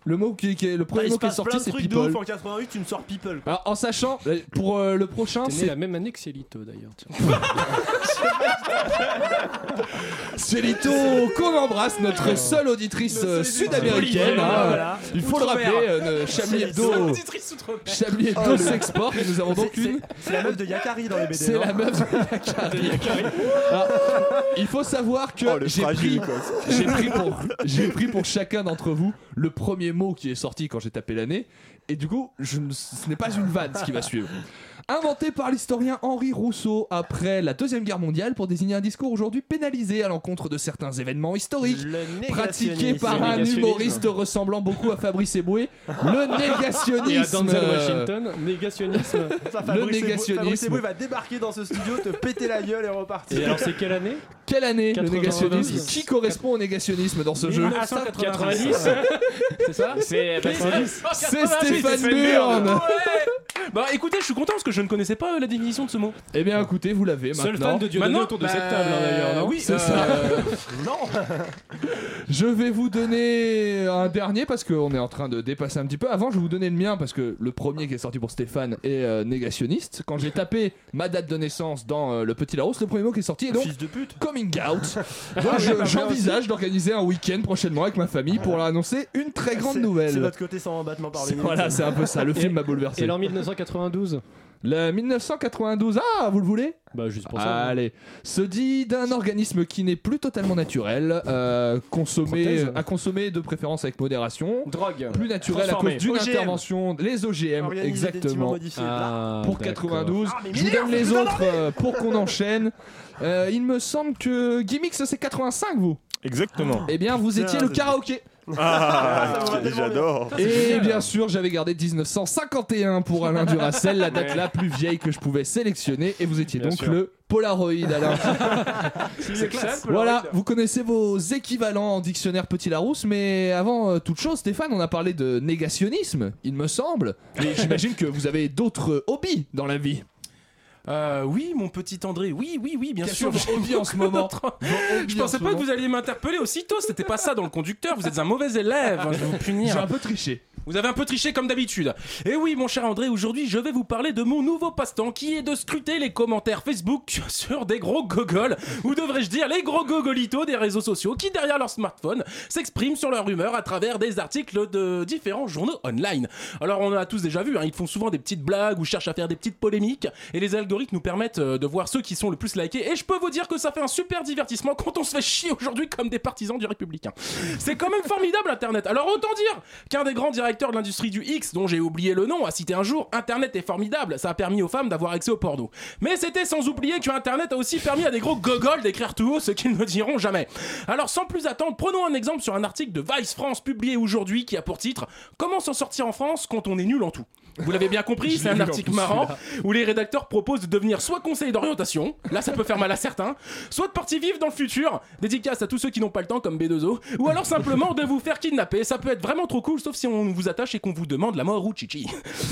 Speaker 2: Le mot qui, qui est le premier
Speaker 4: Il
Speaker 2: mot
Speaker 4: se
Speaker 2: qui est
Speaker 4: passe
Speaker 2: sorti,
Speaker 4: plein de
Speaker 2: c'est
Speaker 4: trucs de
Speaker 2: people.
Speaker 4: ouf. En quatre-vingt-huit, tu me sors people.
Speaker 2: Alors, en sachant, pour euh, le prochain,
Speaker 1: T'es né
Speaker 2: c'est
Speaker 1: la même année que Cielito d'ailleurs. tiens.
Speaker 2: Célito qu'on embrasse, notre seule auditrice euh, sud-américaine.
Speaker 1: Olivier,
Speaker 2: hein.
Speaker 1: voilà.
Speaker 2: Il faut le
Speaker 1: Outre-mer.
Speaker 2: rappeler, euh, Chablis Hebdo. Chablis Hebdo
Speaker 4: Oh, le-
Speaker 2: s'exporte et nous avons donc
Speaker 4: C'est-
Speaker 2: une.
Speaker 4: c'est- C'est la meuf de Yakari dans les B D.
Speaker 2: C'est
Speaker 4: non
Speaker 2: la meuf de Yakari. Alors, il faut savoir que
Speaker 16: Oh, le
Speaker 2: j'ai
Speaker 16: fragile,
Speaker 2: pris,
Speaker 16: quoi.
Speaker 2: j'ai pris pour, j'ai pris pour chacun d'entre vous le premier mot qui est sorti quand j'ai tapé l'année. Et du coup, je ne- ce n'est pas une vanne ce qui va suivre. Inventé par l'historien Henri Rousseau après la Deuxième Guerre mondiale pour désigner un discours aujourd'hui pénalisé à l'encontre de certains événements historiques,
Speaker 4: Le
Speaker 2: pratiqué
Speaker 4: négationnisme.
Speaker 2: par
Speaker 1: Le
Speaker 2: un
Speaker 1: négationnisme.
Speaker 2: humoriste ressemblant beaucoup à Fabrice Eboué, le négationnisme.
Speaker 1: Et à Denzel Washington, négationnisme.
Speaker 4: Ça,
Speaker 2: Le
Speaker 4: Fabrice Eboué-
Speaker 2: négationnisme.
Speaker 4: Fabrice Eboué va débarquer dans ce studio, te péter la gueule et repartir.
Speaker 1: Et alors c'est quelle année
Speaker 2: Quelle année le
Speaker 1: quatre-vingt-dix.
Speaker 2: négationnisme? Qui correspond au négationnisme dans ce jeu?
Speaker 1: mille neuf cent quatre-vingt-dix. C'est ça
Speaker 6: C'est bah, c'est-
Speaker 2: C'est Stéphane Burn.
Speaker 13: Bah écoutez, je suis content parce que je ne connaissais pas euh, la définition de ce mot.
Speaker 2: Eh bien écoutez, vous l'avez
Speaker 1: Seul
Speaker 2: maintenant.
Speaker 1: fan de Dieudonné
Speaker 13: Maintenant,
Speaker 1: autour de
Speaker 13: bah,
Speaker 1: cette table hein, d'ailleurs, non
Speaker 13: oui,
Speaker 2: C'est
Speaker 13: euh,
Speaker 2: ça.
Speaker 4: Non.
Speaker 2: Je vais vous donner un dernier parce qu'on est en train de dépasser un petit peu. Avant, je vais vous donner le mien parce que le premier qui est sorti pour Stéphane est euh, négationniste. Quand j'ai tapé ma date de naissance dans euh, le Petit Larousse, le premier mot qui est sorti est donc
Speaker 4: Fils de pute.
Speaker 2: coming out. Donc je- j'envisage d'organiser un week-end prochainement avec ma famille pour leur annoncer une très grande
Speaker 4: C'est-
Speaker 2: nouvelle.
Speaker 4: C'est notre côté sans battement par
Speaker 2: C'est-
Speaker 4: les
Speaker 2: Voilà, c'est un peu ça. Le
Speaker 1: Et-
Speaker 2: film m'a
Speaker 1: Et
Speaker 2: bouleversé.
Speaker 1: l'an mille neuf cent quatre-vingt-douze.
Speaker 2: Le mille neuf cent quatre-vingt-douze, ah, vous le voulez?
Speaker 1: Bah juste pour ça.
Speaker 2: Allez, se dit d'un organisme qui n'est plus totalement naturel, euh, consommé,
Speaker 1: Prothèse.
Speaker 2: à consommer de préférence avec modération,
Speaker 6: drogue.
Speaker 2: plus naturel à
Speaker 6: Transformé.
Speaker 2: cause d'une
Speaker 4: O G M.
Speaker 2: intervention, les O G M,
Speaker 4: Organisé génétiquement
Speaker 2: exactement.
Speaker 4: modifié.
Speaker 1: Ah,
Speaker 2: Pour
Speaker 1: d'accord.
Speaker 2: quatre-vingt-douze,
Speaker 4: Ah, mais
Speaker 2: je vous
Speaker 4: m'énerve,
Speaker 2: donne les
Speaker 4: putain,
Speaker 2: autres euh, pour qu'on enchaîne. Euh, il me semble que Gimmicks c'est quatre-vingt-cinq vous.
Speaker 16: Exactement.
Speaker 2: Eh bien vous
Speaker 4: Putain,
Speaker 2: étiez le
Speaker 4: c'est-
Speaker 2: karaoké.
Speaker 16: Ah,
Speaker 4: Ça me va tellement
Speaker 16: j'adore.
Speaker 2: Et bien sûr j'avais gardé dix-neuf cent cinquante et un pour Alain Duracell, la date
Speaker 6: Ouais.
Speaker 2: la plus vieille que je pouvais sélectionner. Et vous étiez
Speaker 6: Bien
Speaker 2: donc
Speaker 6: sûr.
Speaker 2: le Polaroid Alain.
Speaker 6: C'est classe.
Speaker 2: Voilà, vous connaissez vos équivalents en dictionnaire Petit Larousse, mais avant euh, toute chose, Stéphane, on a parlé de négationnisme, il me semble. Mais j'imagine que vous avez d'autres hobbies dans la vie.
Speaker 13: Euh, oui, mon petit André, oui, oui, oui, bien
Speaker 2: Quels
Speaker 13: sûr.
Speaker 2: sont vos hobbies en ce moment?
Speaker 13: Je pensais pas que vous alliez m'interpeller aussitôt, c'était pas ça dans le conducteur, vous êtes un mauvais élève, hein, je vais vous
Speaker 2: J'ai
Speaker 13: punir.
Speaker 2: un peu triché.
Speaker 13: Vous avez un peu triché comme d'habitude. Et oui, mon cher André, aujourd'hui, je vais vous parler de mon nouveau passe-temps qui est de scruter les commentaires Facebook sur des gros gogoles, ou devrais-je dire les gros gogolitos des réseaux sociaux qui, derrière leur smartphone, s'expriment sur leur humeur à travers des articles de différents journaux online. Alors, on a tous déjà vu, hein, ils font souvent des petites blagues ou cherchent à faire des petites polémiques, et les algorithmes nous permettent euh, de voir ceux qui sont le plus likés, et je peux vous dire que ça fait un super divertissement quand on se fait chier aujourd'hui comme des partisans du Républicain. C'est quand même formidable Internet. Alors autant dire qu'un des grands directeurs de l'industrie du X, dont j'ai oublié le nom, a cité un jour: Internet est formidable, ça a permis aux femmes d'avoir accès au porno. Mais c'était sans oublier que Internet a aussi permis à des gros gogoles d'écrire tout haut ce qu'ils ne diront jamais. Alors sans plus attendre, prenons un exemple sur un article de Vice France publié aujourd'hui qui a pour titre: Comment s'en sortir en France quand on est nul en tout. Vous l'avez bien compris, c'est un article marrant où les rédacteurs proposent de devenir soit conseiller d'orientation, là ça peut faire mal à certains, soit de partie vive dans le futur, dédicace à tous ceux qui n'ont pas le temps comme B deux O, ou alors simplement de vous faire kidnapper. Ça peut être vraiment trop cool, sauf si on vous attache et qu'on vous demande la mort ou chichi.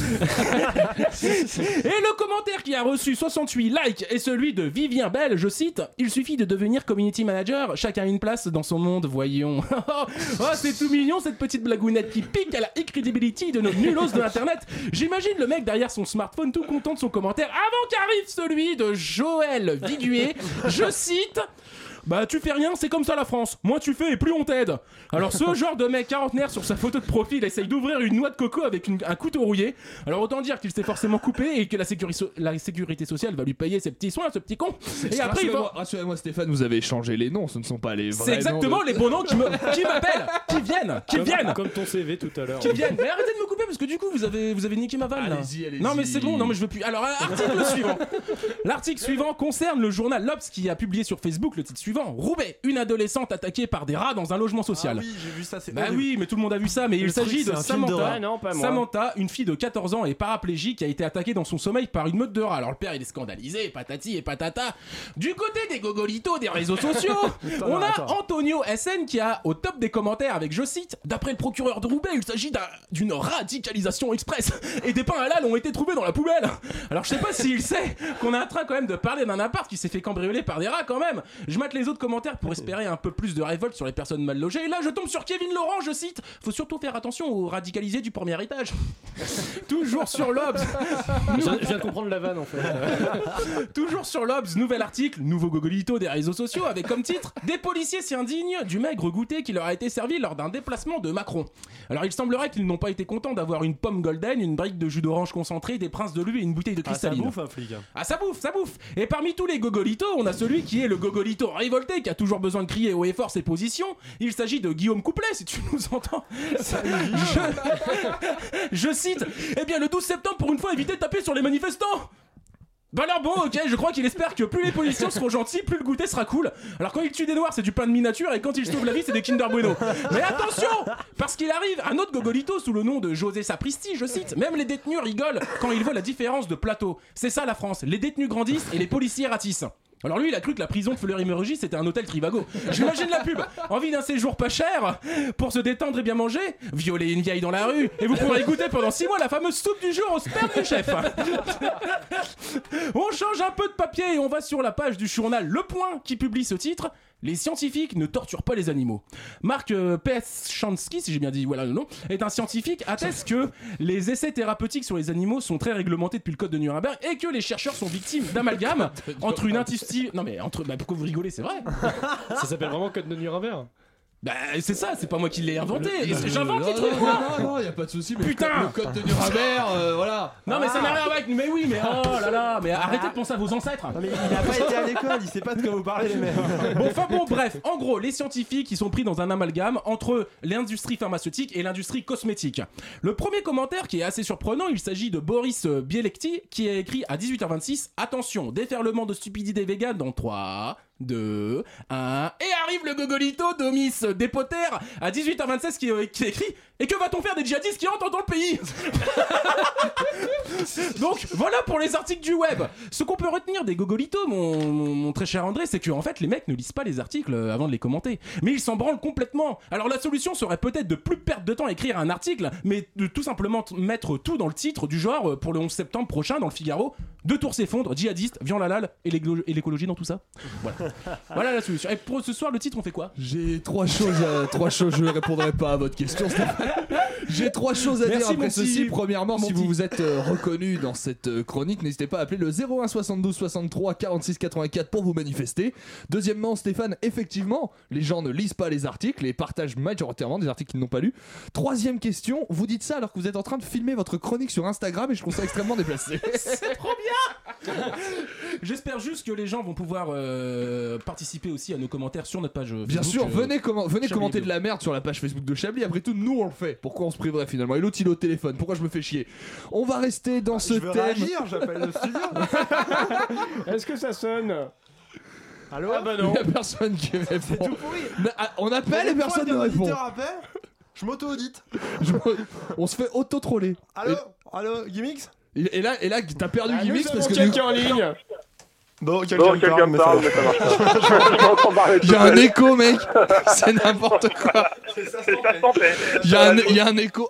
Speaker 13: Et le commentaire qui a reçu soixante-huit likes est celui de Vivien Bell, je cite: Il suffit de devenir community manager, chacun a une place dans son monde, voyons. Oh, c'est tout mignon cette petite blagounette qui pique à la e-credibility de nos nulos de internet. J'imagine le mec derrière son smartphone tout content de son commentaire avant qu'arrive celui de Joël Viguier, je cite: Bah tu fais rien, c'est comme ça la France. Moins tu fais et plus on t'aide. Alors ce genre de mec quarantenaire sur sa photo de profil essaye d'ouvrir une noix de coco avec une- un couteau rouillé. Alors autant dire qu'il s'est forcément coupé et que la, sécuri- so- la sécurité sociale va lui payer ses petits soins, ce petit con. Et après il va...
Speaker 2: Rassurez-moi, rassurez-moi, Stéphane, vous avez changé les noms, ce ne sont pas les vrais
Speaker 13: C'est exactement
Speaker 2: noms de-
Speaker 13: les bons noms qui me- qui m'appellent, qui viennent, qui
Speaker 1: Comme-
Speaker 13: viennent.
Speaker 1: Comme ton C V tout à l'heure.
Speaker 13: Qui viennent. Mais arrêtez de me couper parce que du coup vous avez, vous avez niqué ma vanne là.
Speaker 2: Allez-y, allez-y.
Speaker 13: Non mais c'est bon, non mais je veux plus. Alors euh, article suivant. L'article suivant concerne le journal L'Obs qui a publié sur Facebook le titre suivant: Roubaix, une adolescente attaquée par des rats dans un logement social.
Speaker 4: Ah oui, j'ai vu ça, c'est
Speaker 13: Bah
Speaker 4: horrible.
Speaker 13: oui, mais tout le monde a vu ça. Mais
Speaker 4: Le
Speaker 13: il
Speaker 4: truc,
Speaker 13: s'agit
Speaker 4: c'est
Speaker 13: de
Speaker 4: un film
Speaker 13: Samantha.
Speaker 4: d'horreur.
Speaker 6: Ah non, pas moi.
Speaker 13: Samantha, une fille de quatorze ans et paraplégique qui a été attaquée dans son sommeil par une meute de rats. Alors le père il est scandalisé, patati et patata. Du côté des gogolitos des réseaux sociaux, on a
Speaker 4: attends.
Speaker 13: Antonio S N qui a au top des commentaires avec, je cite: D'après le procureur de Roubaix, il s'agit d'un- d'une radicalisation express et des pains halal ont été trouvés dans la poubelle. Alors je sais pas s'il sait qu'on est en train quand même de parler d'un appart qui s'est fait cambrioler par des rats quand même. Je mate les les autres commentaires pour espérer un peu plus de révolte sur les personnes mal logées. Et là, je tombe sur Kevin Laurent, je cite: faut surtout faire attention aux radicalisés du premier étage. Toujours sur l'Obs.
Speaker 1: Je viens de comprendre la vanne en fait.
Speaker 13: Toujours sur l'Obs, nouvel article, nouveau gogolito des réseaux sociaux avec comme titre: des policiers s'indignent du maigre goûter qui leur a été servi lors d'un déplacement de Macron. Alors il semblerait qu'ils n'ont pas été contents d'avoir une pomme golden, une brique de jus d'orange concentré, des princes de lu et une bouteille de cristalline.
Speaker 4: Ah, ça bouffe un flic.
Speaker 13: Ah, ça bouffe, ça bouffe. Et parmi tous les gogolitos, on a celui qui est le gogolito révolté, qui a toujours besoin de crier haut et fort ses positions. Il s'agit de Guillaume Couplet, si tu nous entends. Je... Je cite: eh bien le douze septembre, pour une fois, évitez de taper sur les manifestants. Bah alors bon, ok, je crois qu'il espère que plus les policiers seront gentils, plus le goûter sera cool. Alors quand il tue des noirs, c'est du pain de miniature, et quand il sauve la vie, c'est des Kinder Bueno. Mais attention, parce qu'il arrive un autre gogolito sous le nom de José Sapristi, je cite: même les détenus rigolent quand ils voient la différence de plateau. C'est ça la France, les détenus grandissent et les policiers ratissent. Alors lui, il a cru que la prison de Fleury-Mérogis c'était un hôtel Trivago. J'imagine la pub. Envie d'un séjour pas cher pour se détendre et bien manger, violer une vieille dans la rue et vous pourrez goûter pendant six mois la fameuse soupe du jour au sperme du chef. On change un peu de papier et on va sur la page du journal Le Point qui publie ce titre: les scientifiques ne torturent pas les animaux. Marc euh, Peschansky, si j'ai bien dit voilà le nom, est un scientifique, atteste que les essais thérapeutiques sur les animaux sont très réglementés depuis le code de Nuremberg et que les chercheurs sont victimes d'amalgame entre une intestie... Non mais entre... Bah pourquoi vous rigolez, c'est vrai.
Speaker 1: Ça s'appelle vraiment code de Nuremberg.
Speaker 13: Bah c'est ça, c'est pas moi qui l'ai inventé.
Speaker 2: Le-
Speaker 13: Et J'invente
Speaker 2: non,
Speaker 13: les trucs
Speaker 2: non,
Speaker 13: moi.
Speaker 2: non, non, y a pas de souci. Mais
Speaker 13: Putain.
Speaker 2: le code, le code de Nuremberg, euh, voilà.
Speaker 13: Non mais ça n'a rien à voir avec... Mais oui, mais oh là là, mais arrêtez de penser à vos ancêtres.
Speaker 4: Non mais il a pas été à l'école, il sait pas de quoi vous parlez les mecs.
Speaker 13: Bon, enfin bon, bref, en gros, les scientifiques ils sont pris dans un amalgame entre l'industrie pharmaceutique et l'industrie cosmétique. Le premier commentaire qui est assez surprenant, il s'agit de Boris Bielekti qui a écrit à dix-huit heures vingt-six: attention, déferlement de stupidité végane dans trois, deux, un, et arrive le gogolito Domis Despoter à dix-huit heures vingt-seize qui, qui écrit: et que va-t-on faire des djihadistes qui entrent dans le pays? Donc voilà pour les articles du web. Ce qu'on peut retenir des gogolitos, mon, mon, mon très cher André, c'est que en fait les mecs ne lisent pas les articles avant de les commenter, mais ils s'en branlent complètement. Alors la solution serait peut-être de plus perdre de temps à écrire un article, mais de tout simplement t- mettre tout dans le titre, du genre pour le onze septembre prochain dans le Figaro: deux tours s'effondrent, djihadistes, viande la lale et, l'égo- et l'écologie dans tout ça. Voilà. Voilà la solution. Et pour ce soir, le titre, on fait quoi?
Speaker 2: J'ai trois choses, à, trois choses. Je ne répondrai pas à votre question, Stéphane. J'ai trois choses à
Speaker 13: Merci,
Speaker 2: dire après
Speaker 13: mon
Speaker 2: ceci.
Speaker 13: petit-
Speaker 2: Premièrement,
Speaker 13: mon
Speaker 2: si
Speaker 13: petit.
Speaker 2: vous vous êtes euh, reconnu dans cette euh, chronique, n'hésitez pas à appeler le zéro un soixante-douze soixante-trois quarante-six quatre-vingt-quatre pour vous manifester. Deuxièmement, Stéphane, effectivement, les gens ne lisent pas les articles et partagent majoritairement des articles qu'ils n'ont pas lus. Troisième question, vous dites ça alors que vous êtes en train de filmer votre chronique sur Instagram et je trouve ça extrêmement déplacé.
Speaker 13: C'est trop bien. J'espère juste que les gens vont pouvoir euh, participer aussi à nos commentaires sur notre page Facebook.
Speaker 2: Bien sûr,
Speaker 13: euh,
Speaker 2: venez, commen- venez
Speaker 13: Chablis
Speaker 2: commenter
Speaker 13: Hebdo.
Speaker 2: de la merde sur la page Facebook de Chablis. Après tout, nous on le fait. Pourquoi on se priverait finalement? Et l'autre il est au téléphone. Pourquoi je me fais chier? On va rester dans ce
Speaker 4: Je veux
Speaker 2: thème.
Speaker 4: réagir, j'appelle le studio.
Speaker 6: Est-ce que ça sonne?
Speaker 4: Allô?
Speaker 6: Ah bah
Speaker 2: Il
Speaker 6: non.
Speaker 2: y a personne qui répond.
Speaker 4: C'est tout pourri.
Speaker 2: Mais, ah, on appelle et
Speaker 4: Une fois
Speaker 2: personne
Speaker 4: que
Speaker 2: ne répond.
Speaker 4: l'auditeur appelle, je m'auto-audite.
Speaker 2: Je- On se fait auto-troller.
Speaker 4: Allô? Allô, Gimmicks?
Speaker 2: Et, et là, et là t'as perdu
Speaker 6: Ah, nous
Speaker 2: Gimmicks
Speaker 6: avons
Speaker 2: parce que
Speaker 6: quelqu'un en ligne.
Speaker 4: Bon, quelqu'un
Speaker 17: Bon,
Speaker 4: me
Speaker 17: quelqu'un
Speaker 4: parle,
Speaker 17: me
Speaker 4: mais
Speaker 17: parle,
Speaker 4: ça
Speaker 17: mais ça marche pas.
Speaker 4: va.
Speaker 17: Je m'entends parler tout
Speaker 2: j'ai un
Speaker 17: seul.
Speaker 2: écho, mec. C'est n'importe quoi.
Speaker 17: C'est ça santé.
Speaker 2: Il y, a un- il y a un écho.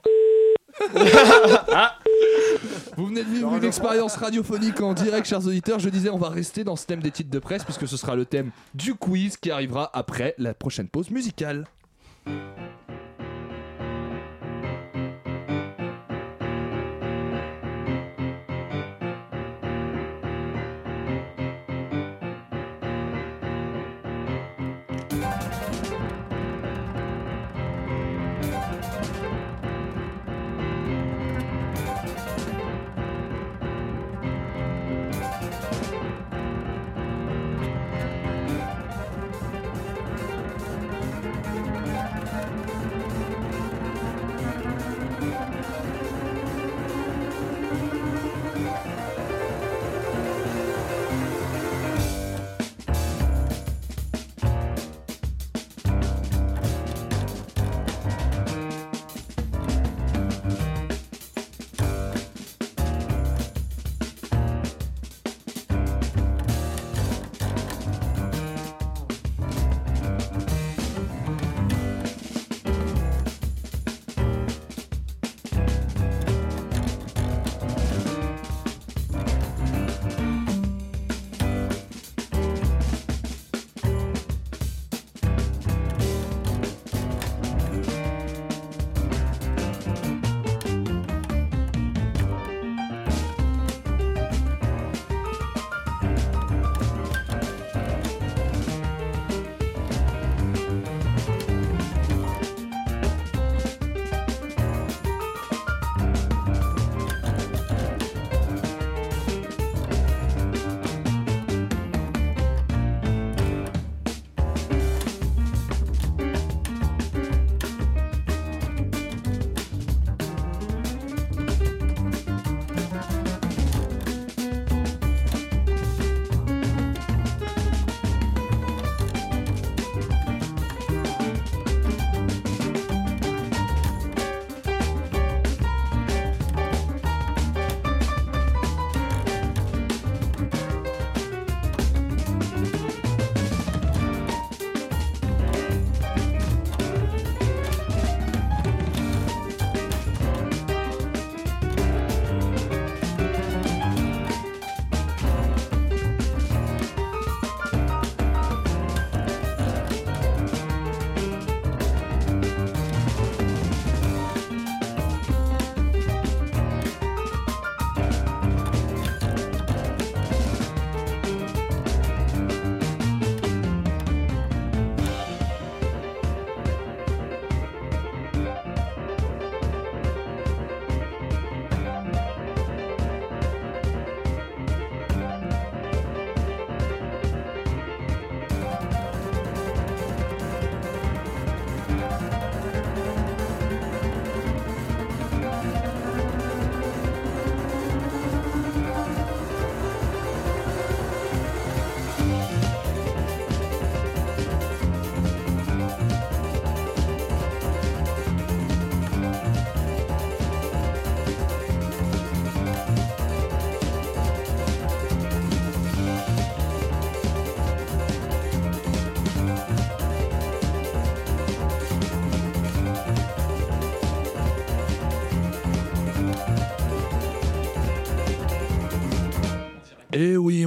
Speaker 2: Vous venez de vivre une expérience radiophonique en direct, chers auditeurs. Je disais, on va rester dans ce thème des titres de presse puisque ce sera le thème du quiz qui arrivera après la prochaine pause musicale.